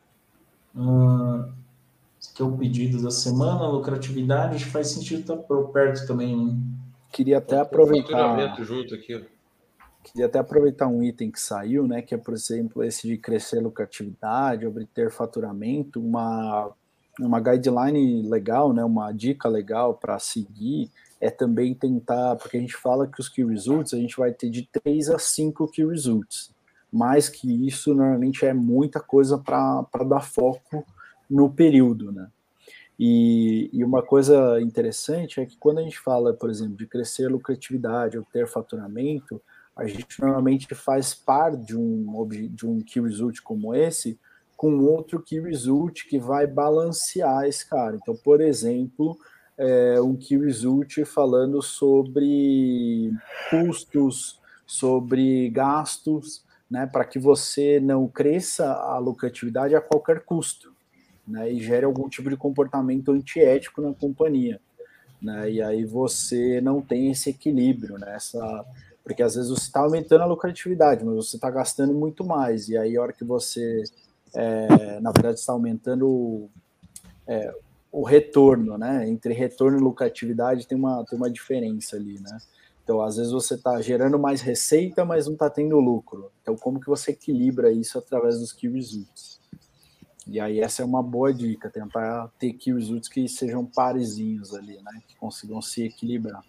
Esse aqui é o pedido da semana, lucratividade, faz sentido estar por perto também, né? Queria até aproveitar... junto aqui. Queria até aproveitar um item que saiu, né, que é, por exemplo, esse de crescer lucratividade, obter faturamento, uma guideline legal, né, uma dica legal para seguir é também tentar, porque a gente fala que os key results a gente vai ter de 3 a 5 key results, mais que isso normalmente é muita coisa para dar foco no período, né? E uma coisa interessante é que quando a gente fala, por exemplo, de crescer lucratividade, obter faturamento, a gente normalmente faz par de um key result como esse com outro key result que vai balancear esse cara. Então, por exemplo, um key result falando sobre custos, sobre gastos, né, para que você não cresça a lucratividade a qualquer custo, né, e gere algum tipo de comportamento antiético na companhia, né, e aí você não tem esse equilíbrio, né, porque às vezes você está aumentando a lucratividade, mas você está gastando muito mais, e aí a hora que você, na verdade, está aumentando o retorno, né, entre retorno e lucratividade tem uma diferença ali, né, então às vezes você está gerando mais receita, mas não está tendo lucro, então como que você equilibra isso através dos key results? E aí essa é uma boa dica, tentar ter key results que sejam parezinhos ali, né, que consigam se equilibrar.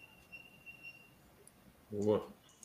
Boa.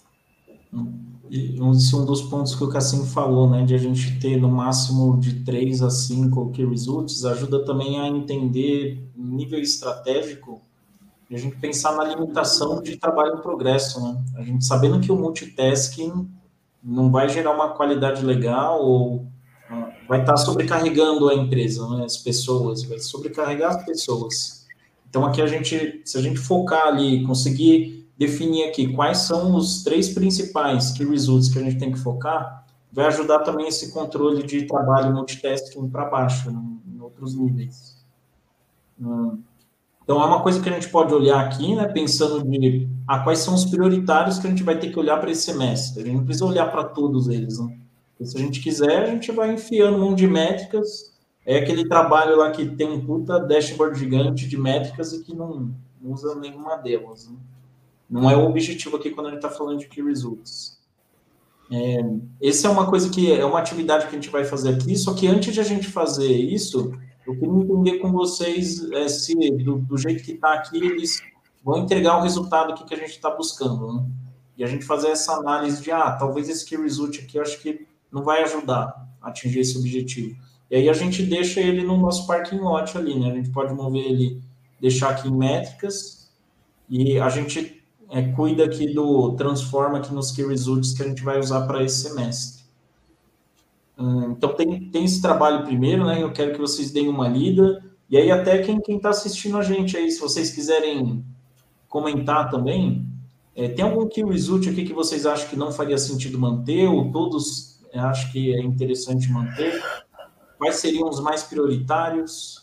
E esse é um dos pontos que o Cassim falou, né, de a gente ter no máximo de 3 a 5 key results, ajuda também a entender nível estratégico e a gente pensar na limitação de trabalho em progresso, né? A gente sabendo que o multitasking não vai gerar uma qualidade legal ou vai estar sobrecarregando a empresa, né, as pessoas, vai sobrecarregar as pessoas. Então aqui se a gente focar ali, conseguir definir aqui quais são os 3 principais key results que a gente tem que focar, vai ajudar também esse controle de trabalho multitasking para baixo, no os níveis. Então, é uma coisa que a gente pode olhar aqui, né, pensando de quais são os prioritários que a gente vai ter que olhar para esse semestre. A gente não precisa olhar para todos eles, né? Porque se a gente quiser, a gente vai enfiando um monte de métricas. É aquele trabalho lá que tem um puta dashboard gigante de métricas e que não usa nenhuma delas, né? Não é o objetivo aqui quando a gente está falando de Key Results. Essa é uma coisa que é uma atividade que a gente vai fazer aqui, só que antes de a gente fazer isso, eu queria entender com vocês se do jeito que está aqui, eles vão entregar o resultado aqui que a gente está buscando, né? E a gente fazer essa análise de, talvez esse Key Result aqui, eu acho que não vai ajudar a atingir esse objetivo. E aí a gente deixa ele no nosso parking lot ali, né? A gente pode mover ele, deixar aqui em métricas, e a gente cuida aqui transforma aqui nos Key Results que a gente vai usar para esse semestre. Então, tem esse trabalho primeiro, né? Eu quero que vocês deem uma lida. E aí, até quem está assistindo a gente aí, se vocês quiserem comentar também, tem algum Key Result aqui que vocês acham que não faria sentido manter, ou todos acham que é interessante manter? Quais seriam os mais prioritários?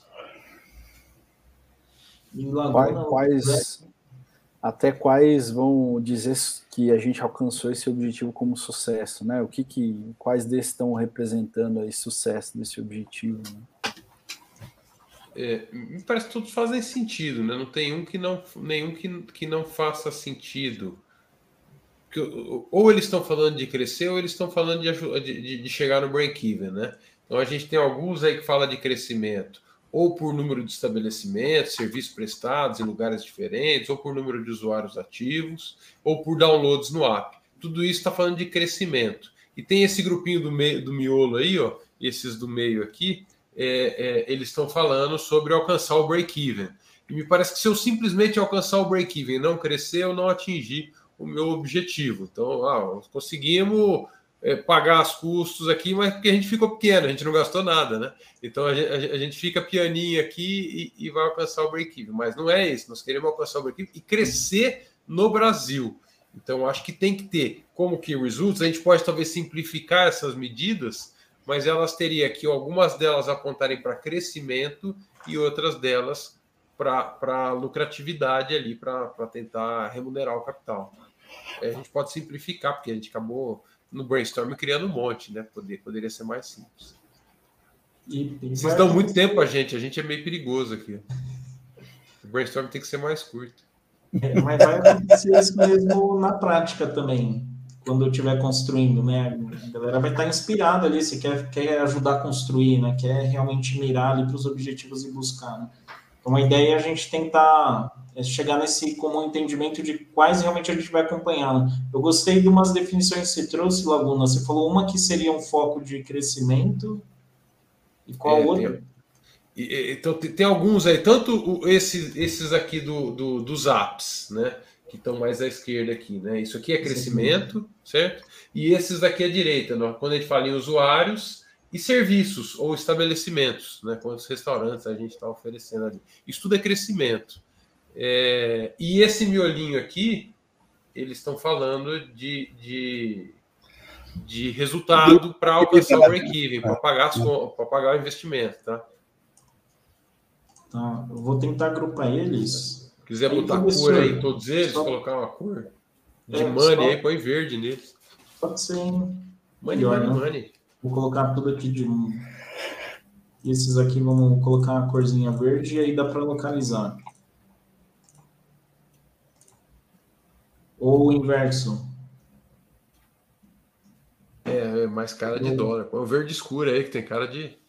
Até quais vão dizer que a gente alcançou esse objetivo como sucesso, né? Quais desses estão representando esse sucesso desse objetivo, né? Me parece que todos fazem sentido, né? Não tem nenhum que não faça sentido. Ou eles estão falando de crescer, ou eles estão falando de chegar no break-even, né? Então a gente tem alguns aí que falam de crescimento, ou por número de estabelecimentos, serviços prestados em lugares diferentes, ou por número de usuários ativos, ou por downloads no app. Tudo isso está falando de crescimento. E tem esse grupinho do miolo aí, ó, esses do meio aqui, eles estão falando sobre alcançar o break-even. E me parece que se eu simplesmente alcançar o break-even e não crescer, eu não atingi o meu objetivo. Então, conseguimos pagar os custos aqui, mas porque a gente ficou pequeno, a gente não gastou nada, né? Então a gente fica pianinho aqui e vai alcançar o break-even. Mas não é isso, nós queremos alcançar o break-even e crescer no Brasil. Então acho que tem que ter, como Key Results, a gente pode talvez simplificar essas medidas, mas elas teriam aqui algumas delas apontarem para crescimento e outras delas para lucratividade ali, para tentar remunerar o capital. A gente pode simplificar, porque a gente acabou no brainstorm criando um monte, né? Poderia ser mais simples. Vocês dão muito tempo a gente é meio perigoso aqui. O brainstorm tem que ser mais curto. Mas vai acontecer isso mesmo na prática também, quando eu estiver construindo, né? A galera vai estar inspirada ali, se quer ajudar a construir, né? Quer realmente mirar ali para os objetivos e buscar, né? Então, a ideia é a gente tentar chegar nesse comum entendimento de quais realmente a gente vai acompanhar. Eu gostei de umas definições que você trouxe, Laguna. Você falou uma que seria um foco de crescimento e qual outra? Então, tem alguns aí, tanto esses aqui dos apps, né, que estão mais à esquerda aqui, né? Isso aqui é crescimento, certo? E esses daqui à direita, né? Quando a gente fala em usuários e serviços ou estabelecimentos, né? Quantos restaurantes a gente está oferecendo ali. Isso tudo é crescimento. E esse miolinho aqui, eles estão falando de resultado para alcançar o break-even, para pagar o investimento, tá? Tá, eu vou tentar agrupar eles. Se quiser botar cor aí em todos eles, colocar uma cor de money aí, põe verde neles. Pode ser money. Vou colocar tudo aqui de esses aqui, vamos colocar uma corzinha verde e aí dá para localizar. Ou o inverso. Mais cara de dólar. Põe o verde escuro aí, que tem cara de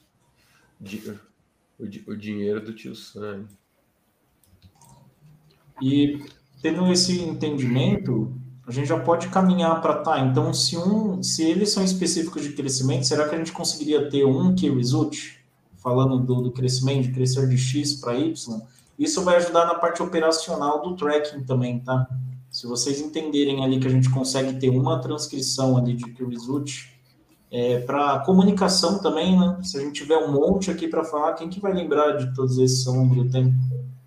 o dinheiro do tio Sam. E tendo esse entendimento, a gente já pode caminhar para então, se eles são específicos de crescimento, será que a gente conseguiria ter um Key Result, falando do crescimento, de crescer de X para Y? Isso vai ajudar na parte operacional do tracking também, tá? Se vocês entenderem ali que a gente consegue ter uma transcrição ali de Key Result, para comunicação também, né? Se a gente tiver um monte aqui para falar, quem que vai lembrar de todos esses ao longo do tempo?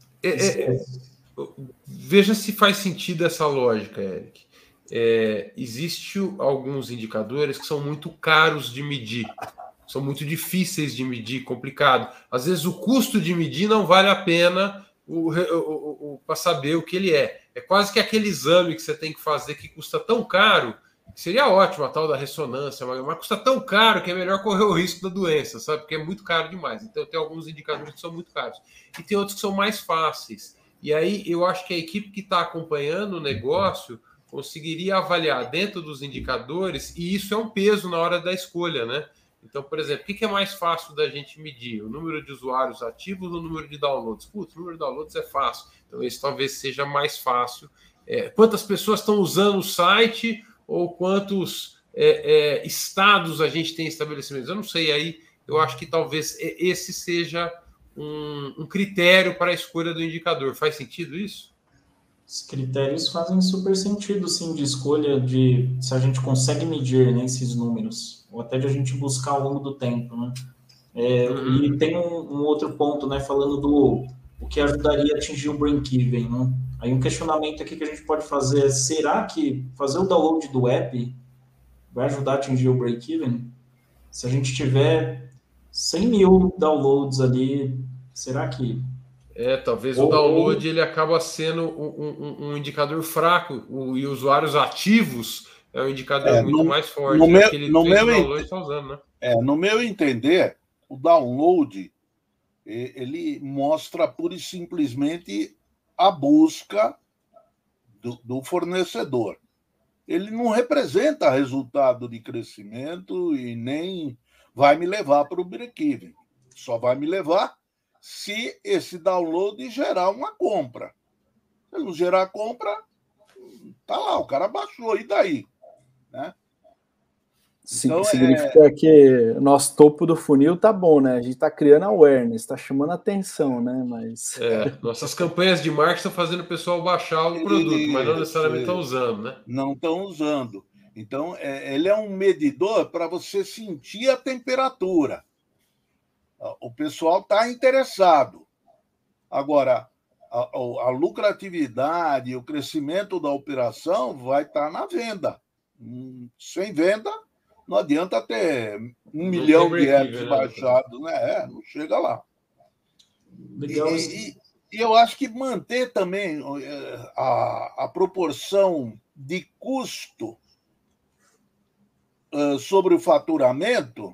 Veja se faz sentido essa lógica, Eric. Existem alguns indicadores que são muito caros de medir. são muito difíceis de medir, complicado. Às vezes o custo de medir não vale a pena para saber o que ele é. É quase que aquele exame que você tem que fazer que custa tão caro, que seria ótimo a tal da ressonância, mas custa tão caro que é melhor correr o risco da doença, sabe? Porque é muito caro demais. Então tem alguns indicadores que são muito caros. E tem outros que são mais fáceis. E aí eu acho que a equipe que está acompanhando o negócio conseguiria avaliar dentro dos indicadores, e isso é um peso na hora da escolha, né? Então, por exemplo, o que é mais fácil da gente medir? O número de usuários ativos ou o número de downloads? Putz, o número de downloads é fácil. Então, esse talvez seja mais fácil. Quantas pessoas estão usando o site ou quantos estados a gente tem estabelecimentos? Eu não sei. Aí, eu acho que talvez esse seja um critério para a escolha do indicador. Faz sentido isso? Os critérios fazem super sentido, sim, de escolha de se a gente consegue medir, né, esses números, ou até de a gente buscar ao longo do tempo, né? E tem um outro ponto, né, falando do o que ajudaria a atingir o break-even, né? Aí um questionamento aqui que a gente pode fazer é, será que fazer o download do app vai ajudar a atingir o break-even? Se a gente tiver 100 mil downloads ali, será que... Talvez o download ele acaba sendo um indicador fraco, e usuários ativos é um indicador muito mais forte. No meu entender, o download ele mostra pura e simplesmente a busca do fornecedor. Ele não representa resultado de crescimento e nem vai me levar para o break-even. Só vai me levar se esse download gerar uma compra. Se não gerar compra, tá lá, o cara baixou, e daí? Né? Então, significa que o nosso topo do funil tá bom, né? A gente tá criando awareness, tá chamando atenção, né? Mas... nossas campanhas de marketing estão fazendo o pessoal baixar o produto, mas não necessariamente estão usando, né? Não estão usando. Então, ele é um medidor para você sentir a temperatura. O pessoal está interessado. Agora, a lucratividade, o crescimento da operação vai estar na venda. Sem venda, não adianta ter 1 milhão de apps baixados, né? Não chega lá. E eu acho que manter também a proporção de custo sobre o faturamento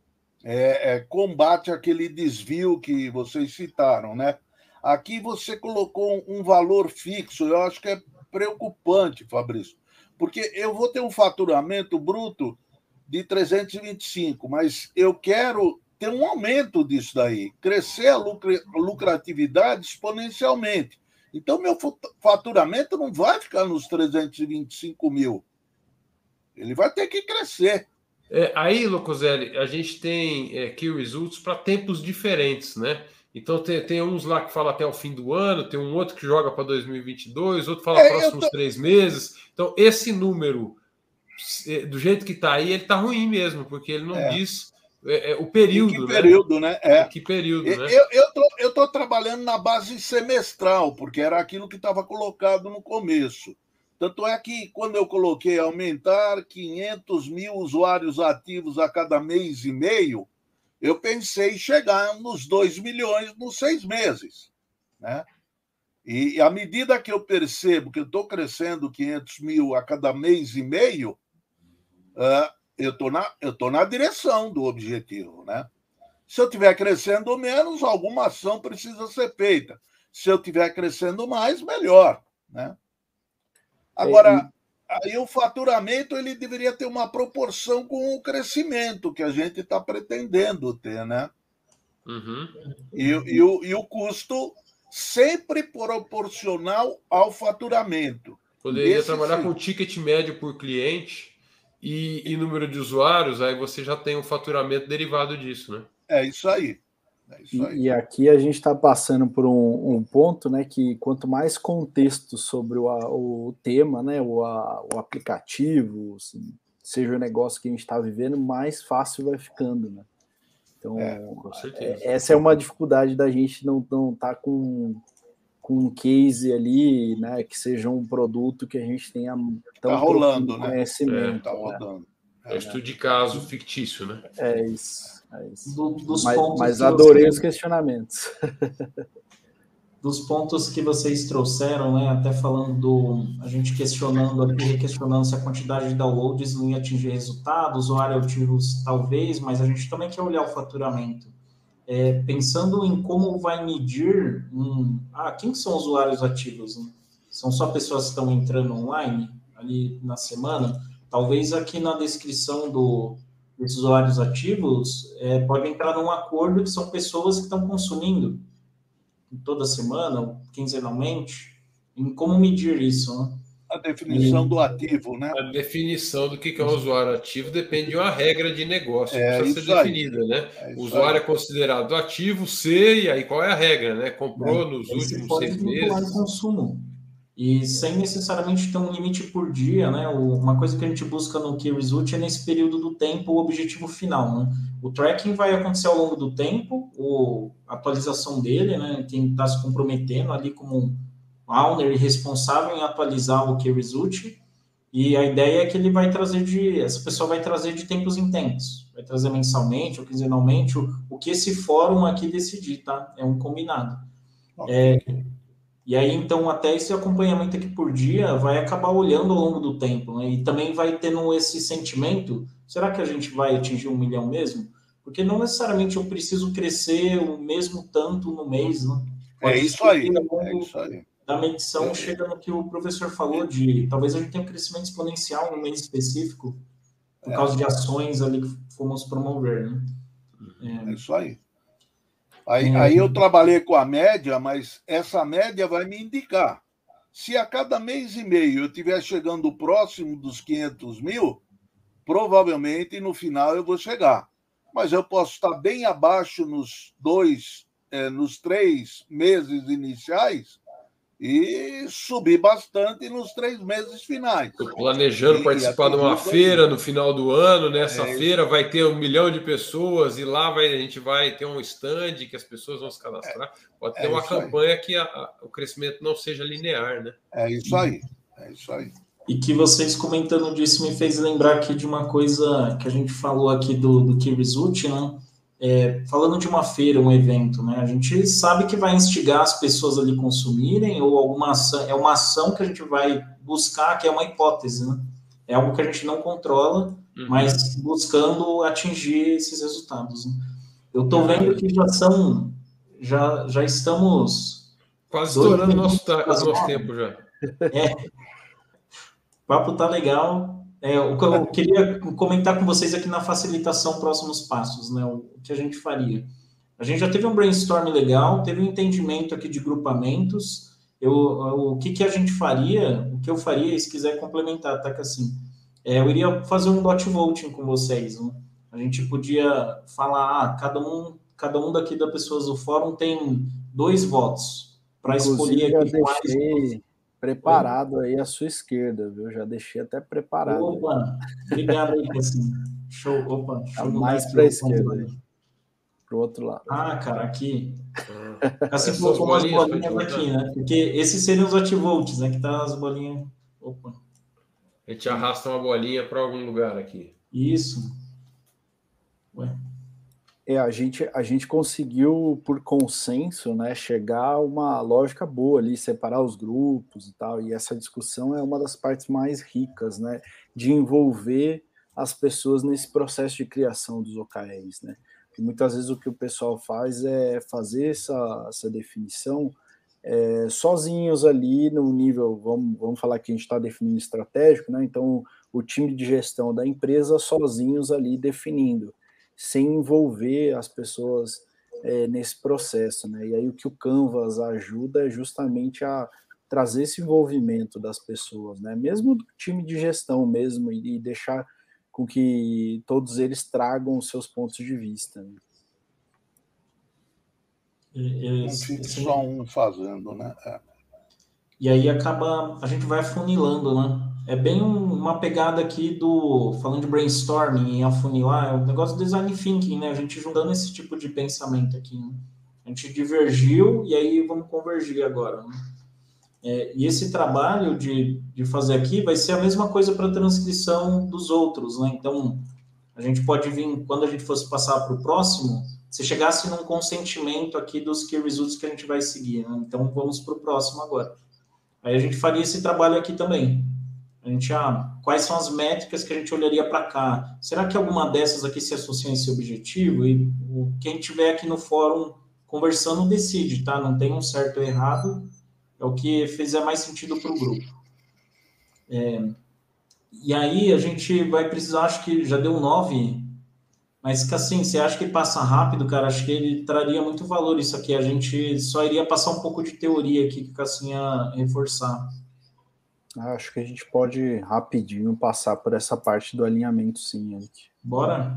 combate aquele desvio que vocês citaram, né? Aqui você colocou um valor fixo, eu acho que é preocupante, Fabrício, porque eu vou ter um faturamento bruto de 325, mas eu quero ter um aumento disso daí, crescer a lucratividade exponencialmente. Então, meu faturamento não vai ficar nos 325 mil. Ele vai ter que crescer. Aí, Locoselli, a gente tem key results para tempos diferentes, né? Então, tem uns lá que fala até o fim do ano, tem um outro que joga para 2022, outro fala próximos 3 meses. Então, esse número, do jeito que está aí, ele está ruim mesmo, porque ele não diz o período, né? Período, né? Que período, né? Eu estou trabalhando na base semestral, porque era aquilo que estava colocado no começo. Tanto é que, quando eu coloquei aumentar 500 mil usuários ativos a cada mês e meio, eu pensei em chegar nos 2 milhões nos 6 meses. Né? E à medida que eu percebo que eu estou crescendo 500 mil a cada mês e meio, eu estou na direção do objetivo. Né? Se eu estiver crescendo menos, alguma ação precisa ser feita. Se eu estiver crescendo mais, melhor. Né? Agora, aí o faturamento ele deveria ter uma proporção com o crescimento que a gente está pretendendo ter, né? Uhum. E o custo sempre proporcional ao faturamento. Poderia trabalhar com ticket médio por cliente e número de usuários, aí você já tem um faturamento derivado disso, né? É isso aí. E aqui a gente está passando por um ponto, né, que quanto mais contexto sobre o tema, né, o aplicativo, seja o negócio que a gente está vivendo, mais fácil vai ficando, né? Então, com certeza. Essa é uma dificuldade da gente não estar com um case ali, né, que seja um produto que a gente tenha tão rolando, conhecimento. Tá rodando. É um estudo de caso fictício, né? É isso. Mas adorei os questionamentos. Dos pontos que vocês trouxeram, né? Até falando a gente questionando aqui, requestionando se a quantidade de downloads não ia atingir resultado, usuário ativos talvez, mas a gente também quer olhar o faturamento. Pensando em como vai medir quem são usuários ativos, né? São só pessoas que estão entrando online ali na semana? Talvez aqui na descrição desses usuários ativos pode entrar num acordo que são pessoas que estão consumindo toda semana, ou quinzenalmente, em como medir isso, né? A definição do ativo, né? A definição do que é um usuário ativo depende de uma regra de negócio que precisa ser definida, né? O usuário é considerado ativo, e aí qual é a regra, né? Comprou nos últimos 6 meses. Consumo. E sem necessariamente ter um limite por dia, né? Uma coisa que a gente busca no Key Result é nesse período do tempo o objetivo final, né? O tracking vai acontecer ao longo do tempo, a atualização dele, né? Quem está se comprometendo ali como owner e responsável em atualizar o Key Result. E a ideia é que ele vai trazer essa pessoa vai trazer de tempos em tempos, vai trazer mensalmente ou quinzenalmente o que esse fórum aqui decidir, tá? É um combinado. E aí, então, até esse acompanhamento aqui por dia vai acabar olhando ao longo do tempo, né? E também vai tendo esse sentimento, será que a gente vai atingir 1 milhão mesmo? Porque não necessariamente eu preciso crescer o mesmo tanto no mês, né? É isso aí. Da medição chega no que o professor falou talvez a gente tenha um crescimento exponencial no mês específico por causa de ações ali que fomos promover, né? É isso aí. Aí eu trabalhei com a média, mas essa média vai me indicar. Se a cada mês e meio eu estiver chegando próximo dos 500 mil, provavelmente no final eu vou chegar. Mas eu posso estar bem abaixo nos 3 meses iniciais e subir bastante nos 3 meses finais. Estou planejando participar de uma feira no final do ano. Nessa feira vai ter 1 milhão de pessoas e lá a gente vai ter um stand que as pessoas vão se cadastrar. Pode ter uma campanha que o crescimento não seja linear, né? É isso aí. E que vocês comentando disso me fez lembrar aqui de uma coisa que a gente falou aqui do Key Result, né? Falando de uma feira, um evento, né? A gente sabe que vai instigar as pessoas ali consumirem ou alguma ação, é uma ação que a gente vai buscar, que é uma hipótese, né? É algo que a gente não controla, mas buscando atingir esses resultados, né? Eu estou vendo que já estamos quase estourando nosso tempo já. O papo tá legal. Eu queria comentar com vocês aqui na facilitação próximos passos, né? O que a gente faria. A gente já teve um brainstorm legal, teve um entendimento aqui de grupamentos. O que a gente faria, o que eu faria, se quiser complementar, tá? Que assim, eu iria fazer um dot voting com vocês, né? A gente podia falar, cada um daqui das pessoas do fórum tem 2 votos para escolher aqui quais. Preparado aí à sua esquerda, viu? Já deixei até preparado. Opa, obrigado aí, assim. Show, opa. Tá mais para a esquerda, para o outro lado. Cara, aqui. Assim colocou umas bolinhas aqui, né? Porque esses seriam os ativolts, né? Que tá as bolinhas. Opa. A gente arrasta uma bolinha para algum lugar aqui. Isso. Ué. A gente conseguiu, por consenso, né, chegar a uma lógica boa ali, separar os grupos e tal, e essa discussão é uma das partes mais ricas, né, de envolver as pessoas nesse processo de criação dos OKRs, né, porque muitas vezes o que o pessoal faz é fazer essa definição sozinhos ali no nível, vamos falar que a gente está definindo estratégico, né, então o time de gestão da empresa sozinhos ali definindo, sem envolver as pessoas nesse processo, né? E aí o que o Canvas ajuda é justamente a trazer esse envolvimento das pessoas, né? Mesmo do time de gestão mesmo, e deixar com que todos eles tragam os seus pontos de vista. Né? Não fica só um fazendo, né? E aí a gente vai afunilando, né? É bem uma pegada aqui falando de brainstorming e afunilar, é um negócio do design thinking, né? A gente juntando esse tipo de pensamento aqui, né? A gente divergiu e aí vamos convergir agora, né? E esse trabalho de fazer aqui vai ser a mesma coisa para a transcrição dos outros, né? Então, a gente pode vir, quando a gente fosse passar para o próximo, se chegasse num consentimento aqui dos key results que a gente vai seguir, né? Então, vamos para o próximo agora. Aí a gente faria esse trabalho aqui também. A gente, quais são as métricas que a gente olharia para cá? Será que alguma dessas aqui se associa a esse objetivo? E quem tiver aqui no fórum conversando decide, tá? Não tem um certo ou errado, é o que fizer mais sentido para o grupo. E aí a gente vai precisar, acho que já deu 9, mas que assim, você acha que passa rápido, cara? Acho que ele traria muito valor isso aqui. A gente só iria passar um pouco de teoria aqui que o Cassim ia reforçar. Acho que a gente pode rapidinho passar por essa parte do alinhamento, sim, Eric. Bora?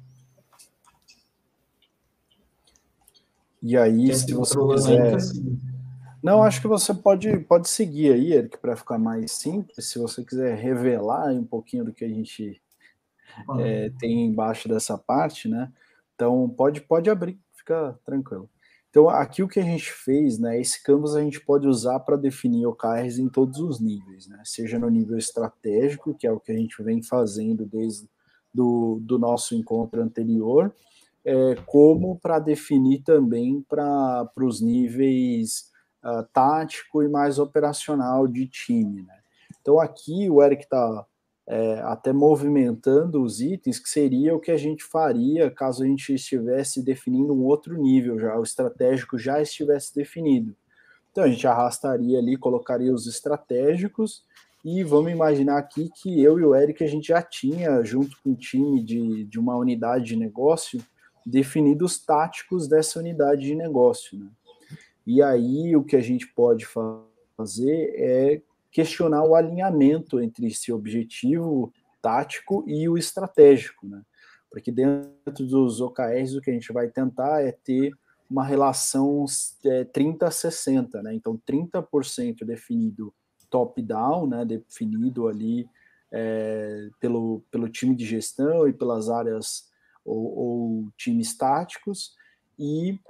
E aí, se você quiser... Não, acho que você pode seguir aí, Eric, para ficar mais simples. Se você quiser revelar um pouquinho do que a gente tem embaixo dessa parte, né? Então, pode abrir, fica tranquilo. Então, aqui o que a gente fez, né? Esse canvas a gente pode usar para definir OKRs em todos os níveis, né? Seja no nível estratégico, que é o que a gente vem fazendo desde do nosso encontro anterior, como para definir também para os níveis tático e mais operacional de time, né? Então aqui o Eric está até movimentando os itens, que seria o que a gente faria caso a gente estivesse definindo um outro nível já, o estratégico já estivesse definido. Então a gente arrastaria ali, colocaria os estratégicos, e vamos imaginar aqui que eu e o Eric a gente já tinha, junto com o time de uma unidade de negócio, definido os táticos dessa unidade de negócio, né? E aí o que a gente pode fazer é questionar o alinhamento entre esse objetivo tático e o estratégico, né? Porque dentro dos OKRs o que a gente vai tentar é ter uma relação 30-60, né? Então 30% definido top-down, né? Definido ali pelo time de gestão e pelas áreas ou times táticos, e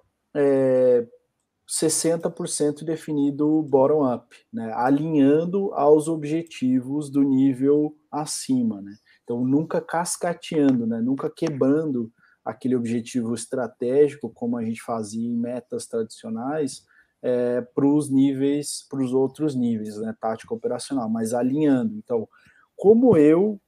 60% definido bottom-up, né, alinhando aos objetivos do nível acima, né? Então, nunca cascateando, né, nunca quebrando aquele objetivo estratégico, como a gente fazia em metas tradicionais, para os outros níveis, né, tático operacional, mas alinhando. Então, como eu,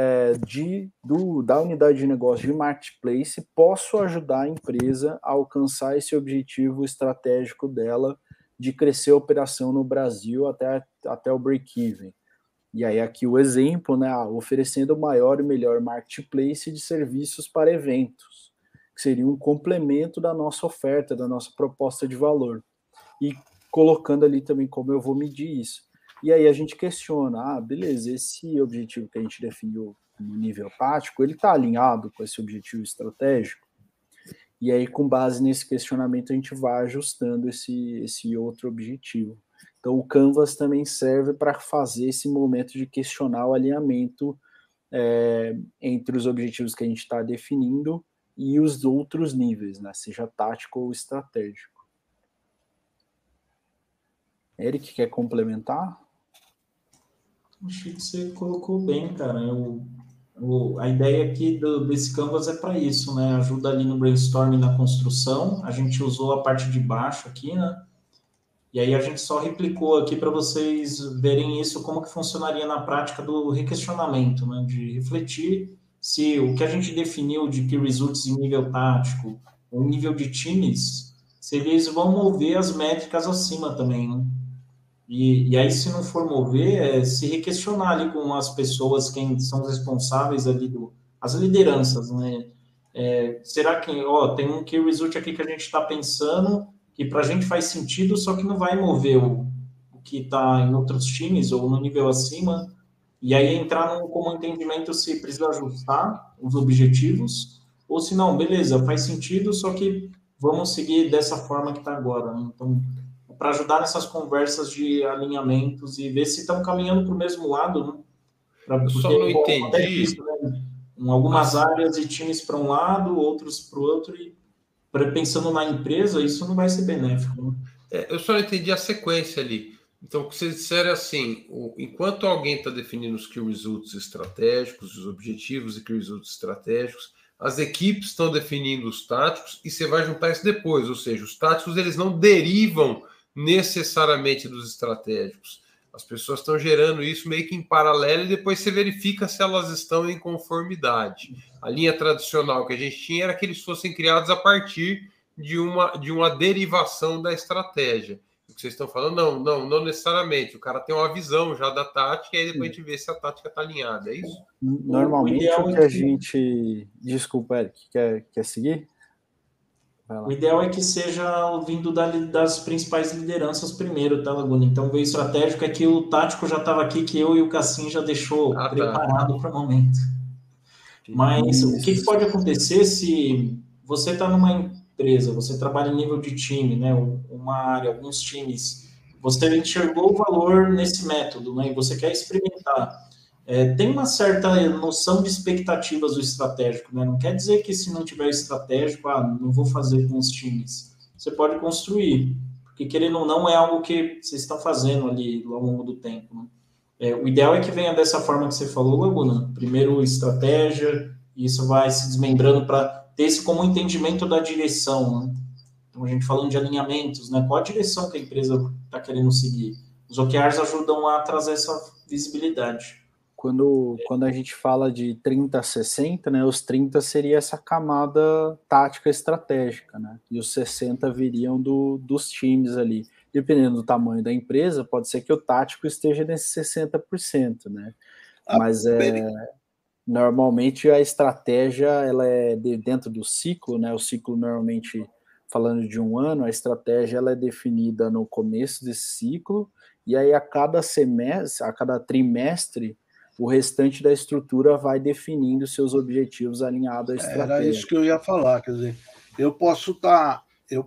da unidade de negócio de marketplace, posso ajudar a empresa a alcançar esse objetivo estratégico dela de crescer a operação no Brasil até o break-even. E aí aqui o exemplo, né, oferecendo o maior e melhor marketplace de serviços para eventos, que seria um complemento da nossa oferta, da nossa proposta de valor. E colocando ali também como eu vou medir isso. E aí a gente questiona, beleza, esse objetivo que a gente definiu no nível tático, ele está alinhado com esse objetivo estratégico? E aí, com base nesse questionamento, a gente vai ajustando esse outro objetivo. Então, o Canvas também serve para fazer esse momento de questionar o alinhamento entre os objetivos que a gente está definindo e os outros níveis, né? Seja tático ou estratégico. Eric, quer complementar? Achei que você colocou bem, cara. A ideia aqui desse Canvas é para isso, né? Ajuda ali no brainstorming, na construção. A gente usou a parte de baixo aqui, né? E aí a gente só replicou aqui para vocês verem isso, como que funcionaria na prática do requestionamento, né? De refletir se o que a gente definiu de key results em nível tático, ou nível de times, se eles vão mover as métricas acima também, né? E aí, se não for mover, se requestionar ali com as pessoas, quem são os responsáveis ali, as lideranças, né? Será que, tem um key result aqui que a gente está pensando, que para a gente faz sentido, só que não vai mover o que está em outros times ou no nível acima, e aí entrar num comum entendimento se precisa ajustar os objetivos, ou se não, beleza, faz sentido, só que vamos seguir dessa forma que está agora, né? Então, para ajudar nessas conversas de alinhamentos e ver se estão caminhando para o mesmo lado, né? Porque, só não entendi. Isso, né? Algumas áreas e times para um lado, outros para o outro, e pensando na empresa, isso não vai ser benéfico, né? Eu só não entendi a sequência ali. Então, o que vocês disseram é assim, enquanto alguém está definindo os key results estratégicos, os objetivos e key results estratégicos, as equipes estão definindo os táticos e você vai juntar isso depois, ou seja, os táticos eles não derivam necessariamente dos estratégicos. As pessoas estão gerando isso meio que em paralelo e depois você verifica se elas estão em conformidade. A linha tradicional que a gente tinha era que eles fossem criados a partir de uma derivação da estratégia. O que vocês estão falando, não necessariamente. O cara tem uma visão já da tática e aí depois a gente vê se a tática está alinhada, é isso? Normalmente o que a gente... Desculpa, Eric, quer seguir? O ideal é que seja vindo das principais lideranças primeiro, tá, Laguna? Então, o estratégico é que o tático já estava aqui, que eu e o Cassim já deixou preparado para o momento. Mas o que pode acontecer se você está numa empresa, você trabalha em nível de time, né? Uma área, alguns times, você enxergou o valor nesse método, né? E você quer experimentar. Tem uma certa noção de expectativas do estratégico, né? Não quer dizer que se não tiver estratégico, não vou fazer com os times. Você pode construir, porque querendo ou não é algo que vocês estão fazendo ali ao longo do tempo, né? O ideal é que venha dessa forma que você falou, Laguna. Primeiro estratégia, e isso vai se desmembrando para ter esse como entendimento da direção, né? Então, a gente falando de alinhamentos, né? Qual a direção que a empresa está querendo seguir? Os OKRs ajudam a trazer essa visibilidade. Quando a gente fala de 30-60, né, os 30 seria essa camada tática estratégica, né, e os 60 viriam dos times ali. Dependendo do tamanho da empresa, pode ser que o tático esteja nesses 60%, né, mas normalmente a estratégia, ela é dentro do ciclo, né, o ciclo normalmente, falando de um ano, a estratégia ela é definida no começo desse ciclo, e aí a cada semestre, a cada trimestre, o restante da estrutura vai definindo seus objetivos alinhados à estratégia. Era isso que eu ia falar, quer dizer, eu posso estar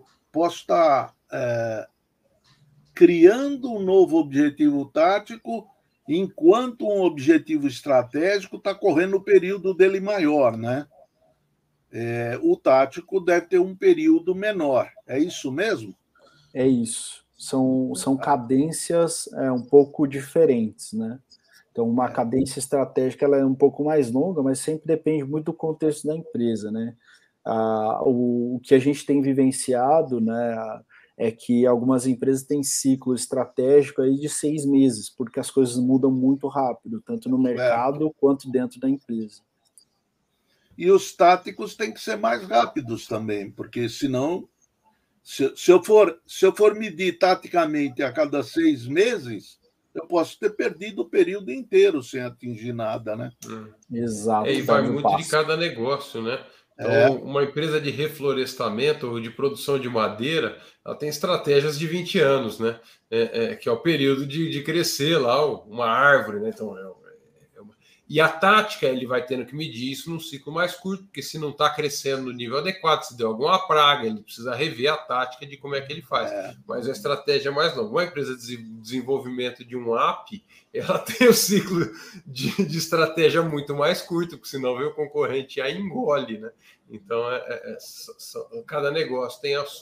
criando um novo objetivo tático enquanto um objetivo estratégico está correndo o período dele maior, né? O tático deve ter um período menor, é isso mesmo? É isso, são cadências um pouco diferentes, né? Então, uma cadência estratégica ela é um pouco mais longa, mas sempre depende muito do contexto da empresa, né? O que a gente tem vivenciado, né, é que algumas empresas têm ciclo estratégico aí de 6 meses, porque as coisas mudam muito rápido, tanto no mercado quanto dentro da empresa. E os táticos têm que ser mais rápidos também, porque senão, se eu for medir taticamente a cada 6 meses, eu posso ter perdido o período inteiro sem atingir nada, né? Exato. E vai muito de cada negócio, né? Então, uma empresa de reflorestamento ou de produção de madeira, ela tem estratégias de 20 anos, né? Que é o período de crescer lá uma árvore, né? Então, e a tática, ele vai tendo que medir isso num ciclo mais curto, porque se não está crescendo no nível adequado, se deu alguma praga, ele precisa rever a tática de como é que ele faz. Mas a estratégia é mais longa. Uma empresa de desenvolvimento de um app, ela tem o ciclo de estratégia muito mais curto, porque senão vem o concorrente e a engole, né? Então, cada negócio tem o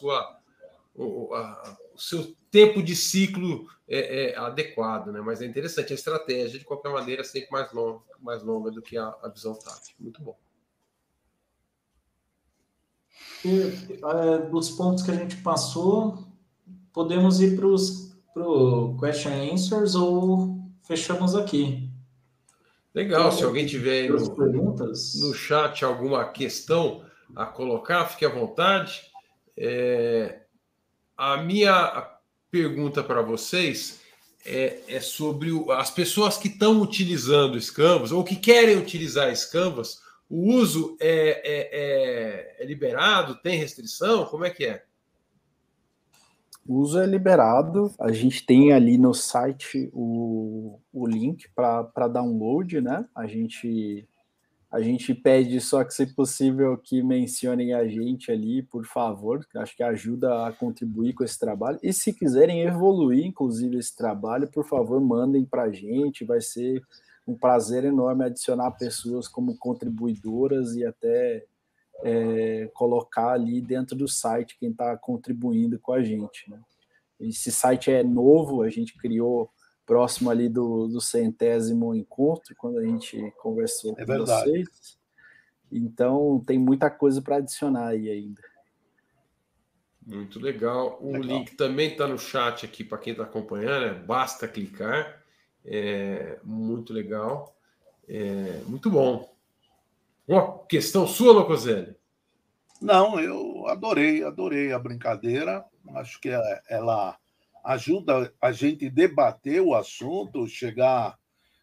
seu tempo de ciclo adequado, né? Mas é interessante, a estratégia, de qualquer maneira, é sempre mais longa do que a visão tática. Muito bom. Dos pontos que a gente passou, podemos ir para o question answers ou fechamos aqui? Legal, se alguém tiver aí no chat alguma questão a colocar, fique à vontade. A minha pergunta para vocês é sobre as pessoas que estão utilizando esse Canvas ou que querem utilizar esse Canvas. O uso é liberado? Tem restrição? Como é que é? O uso é liberado. A gente tem ali no site o link para download, né? A gente pede só que, se possível, que mencionem a gente ali, por favor, que acho que ajuda a contribuir com esse trabalho. E se quiserem evoluir, inclusive, esse trabalho, por favor, mandem para a gente. Vai ser um prazer enorme adicionar pessoas como contribuidoras e até colocar ali dentro do site quem está contribuindo com a gente, né? Esse site é novo, a gente criou próximo ali do 100º encontro, quando a gente conversou com vocês. Então, tem muita coisa para adicionar aí ainda. Muito legal. O link também está no chat aqui para quem está acompanhando, basta clicar. Muito legal. Muito bom. Uma questão sua, Locoselli? Não, eu adorei a brincadeira. Acho que ela ajuda a gente debater o assunto, chegar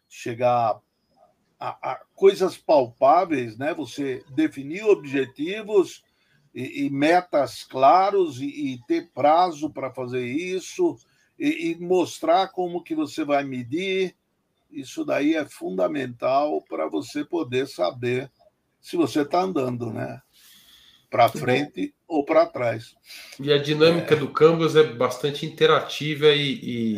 a coisas palpáveis, né? Você definir objetivos e metas claros e ter prazo para fazer isso e mostrar como que você vai medir. Isso daí é fundamental para você poder saber se você está andando, né? Para frente ou para trás. E a dinâmica do Canvas é bastante interativa e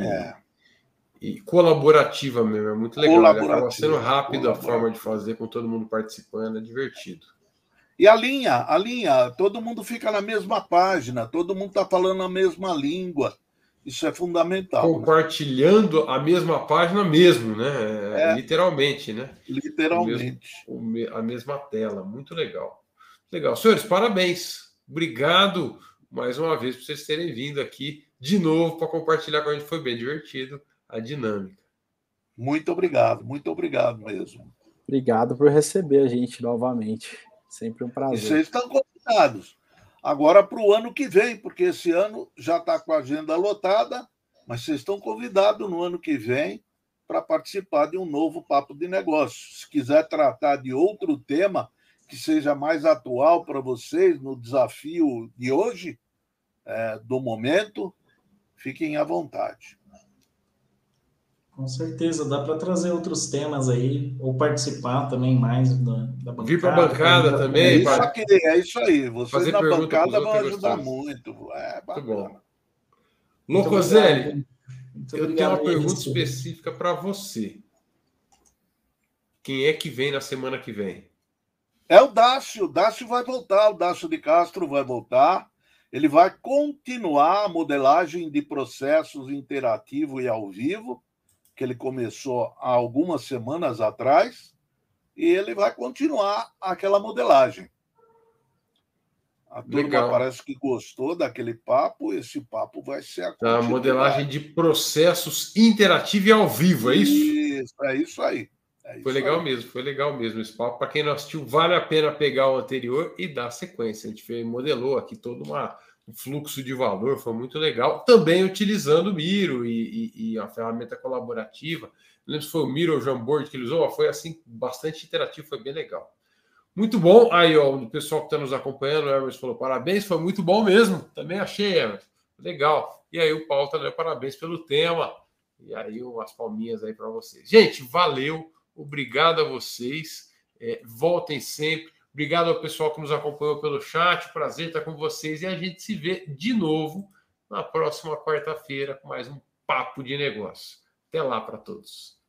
colaborativa mesmo. É muito legal. Acaba sendo rápido a forma de fazer, com todo mundo participando. É divertido. E a linha, todo mundo fica na mesma página, todo mundo está falando a mesma língua. Isso é fundamental. Compartilhando a mesma página mesmo, né? Literalmente, né? Literalmente. A mesma tela. Muito legal. Legal. Senhores, parabéns. Obrigado mais uma vez por vocês terem vindo aqui de novo para compartilhar com a gente. Foi bem divertido a dinâmica. Muito obrigado mesmo. Obrigado por receber a gente novamente. Sempre um prazer. E vocês estão convidados. Agora para o ano que vem, porque esse ano já está com a agenda lotada, mas vocês estão convidados no ano que vem para participar de um novo Papo de Negócios. Se quiser tratar de outro tema que seja mais atual para vocês no desafio de hoje, do momento, fiquem à vontade. Com certeza, dá para trazer outros temas aí, ou participar também mais da bancada. Vir para a bancada também. É isso aí. Vocês na bancada vão ajudar muito. Muito bom. Locoselli, eu tenho uma pergunta específica para você. Quem é que vem na semana que vem? É o Dácio. O Dácio vai voltar. O Dácio de Castro vai voltar. Ele vai continuar a modelagem de processos interativo e ao vivo, que ele começou há algumas semanas atrás, e ele vai continuar aquela modelagem. A turma parece que gostou daquele papo, esse papo vai ser a modelagem de processos interativo e ao vivo, é isso? É isso aí. Foi legal mesmo esse papo. Para quem não assistiu, vale a pena pegar o anterior e dar sequência. A gente modelou aqui todo um fluxo de valor, foi muito legal. Também utilizando o Miro e a ferramenta colaborativa. Não lembro se foi o Miro ou o Jamboard que ele usou, foi assim, bastante interativo, foi bem legal. Muito bom. Aí, ó, o pessoal que está nos acompanhando, o Emerson falou parabéns, foi muito bom mesmo. Também achei, Emerson. Legal. E aí o Paulo também, parabéns pelo tema. E aí umas palminhas aí para vocês. Gente, valeu. Obrigado a vocês. Voltem sempre. Obrigado ao pessoal que nos acompanhou pelo chat. Prazer estar com vocês. E a gente se vê de novo na próxima quarta-feira com mais um Papo de Negócio. Até lá para todos.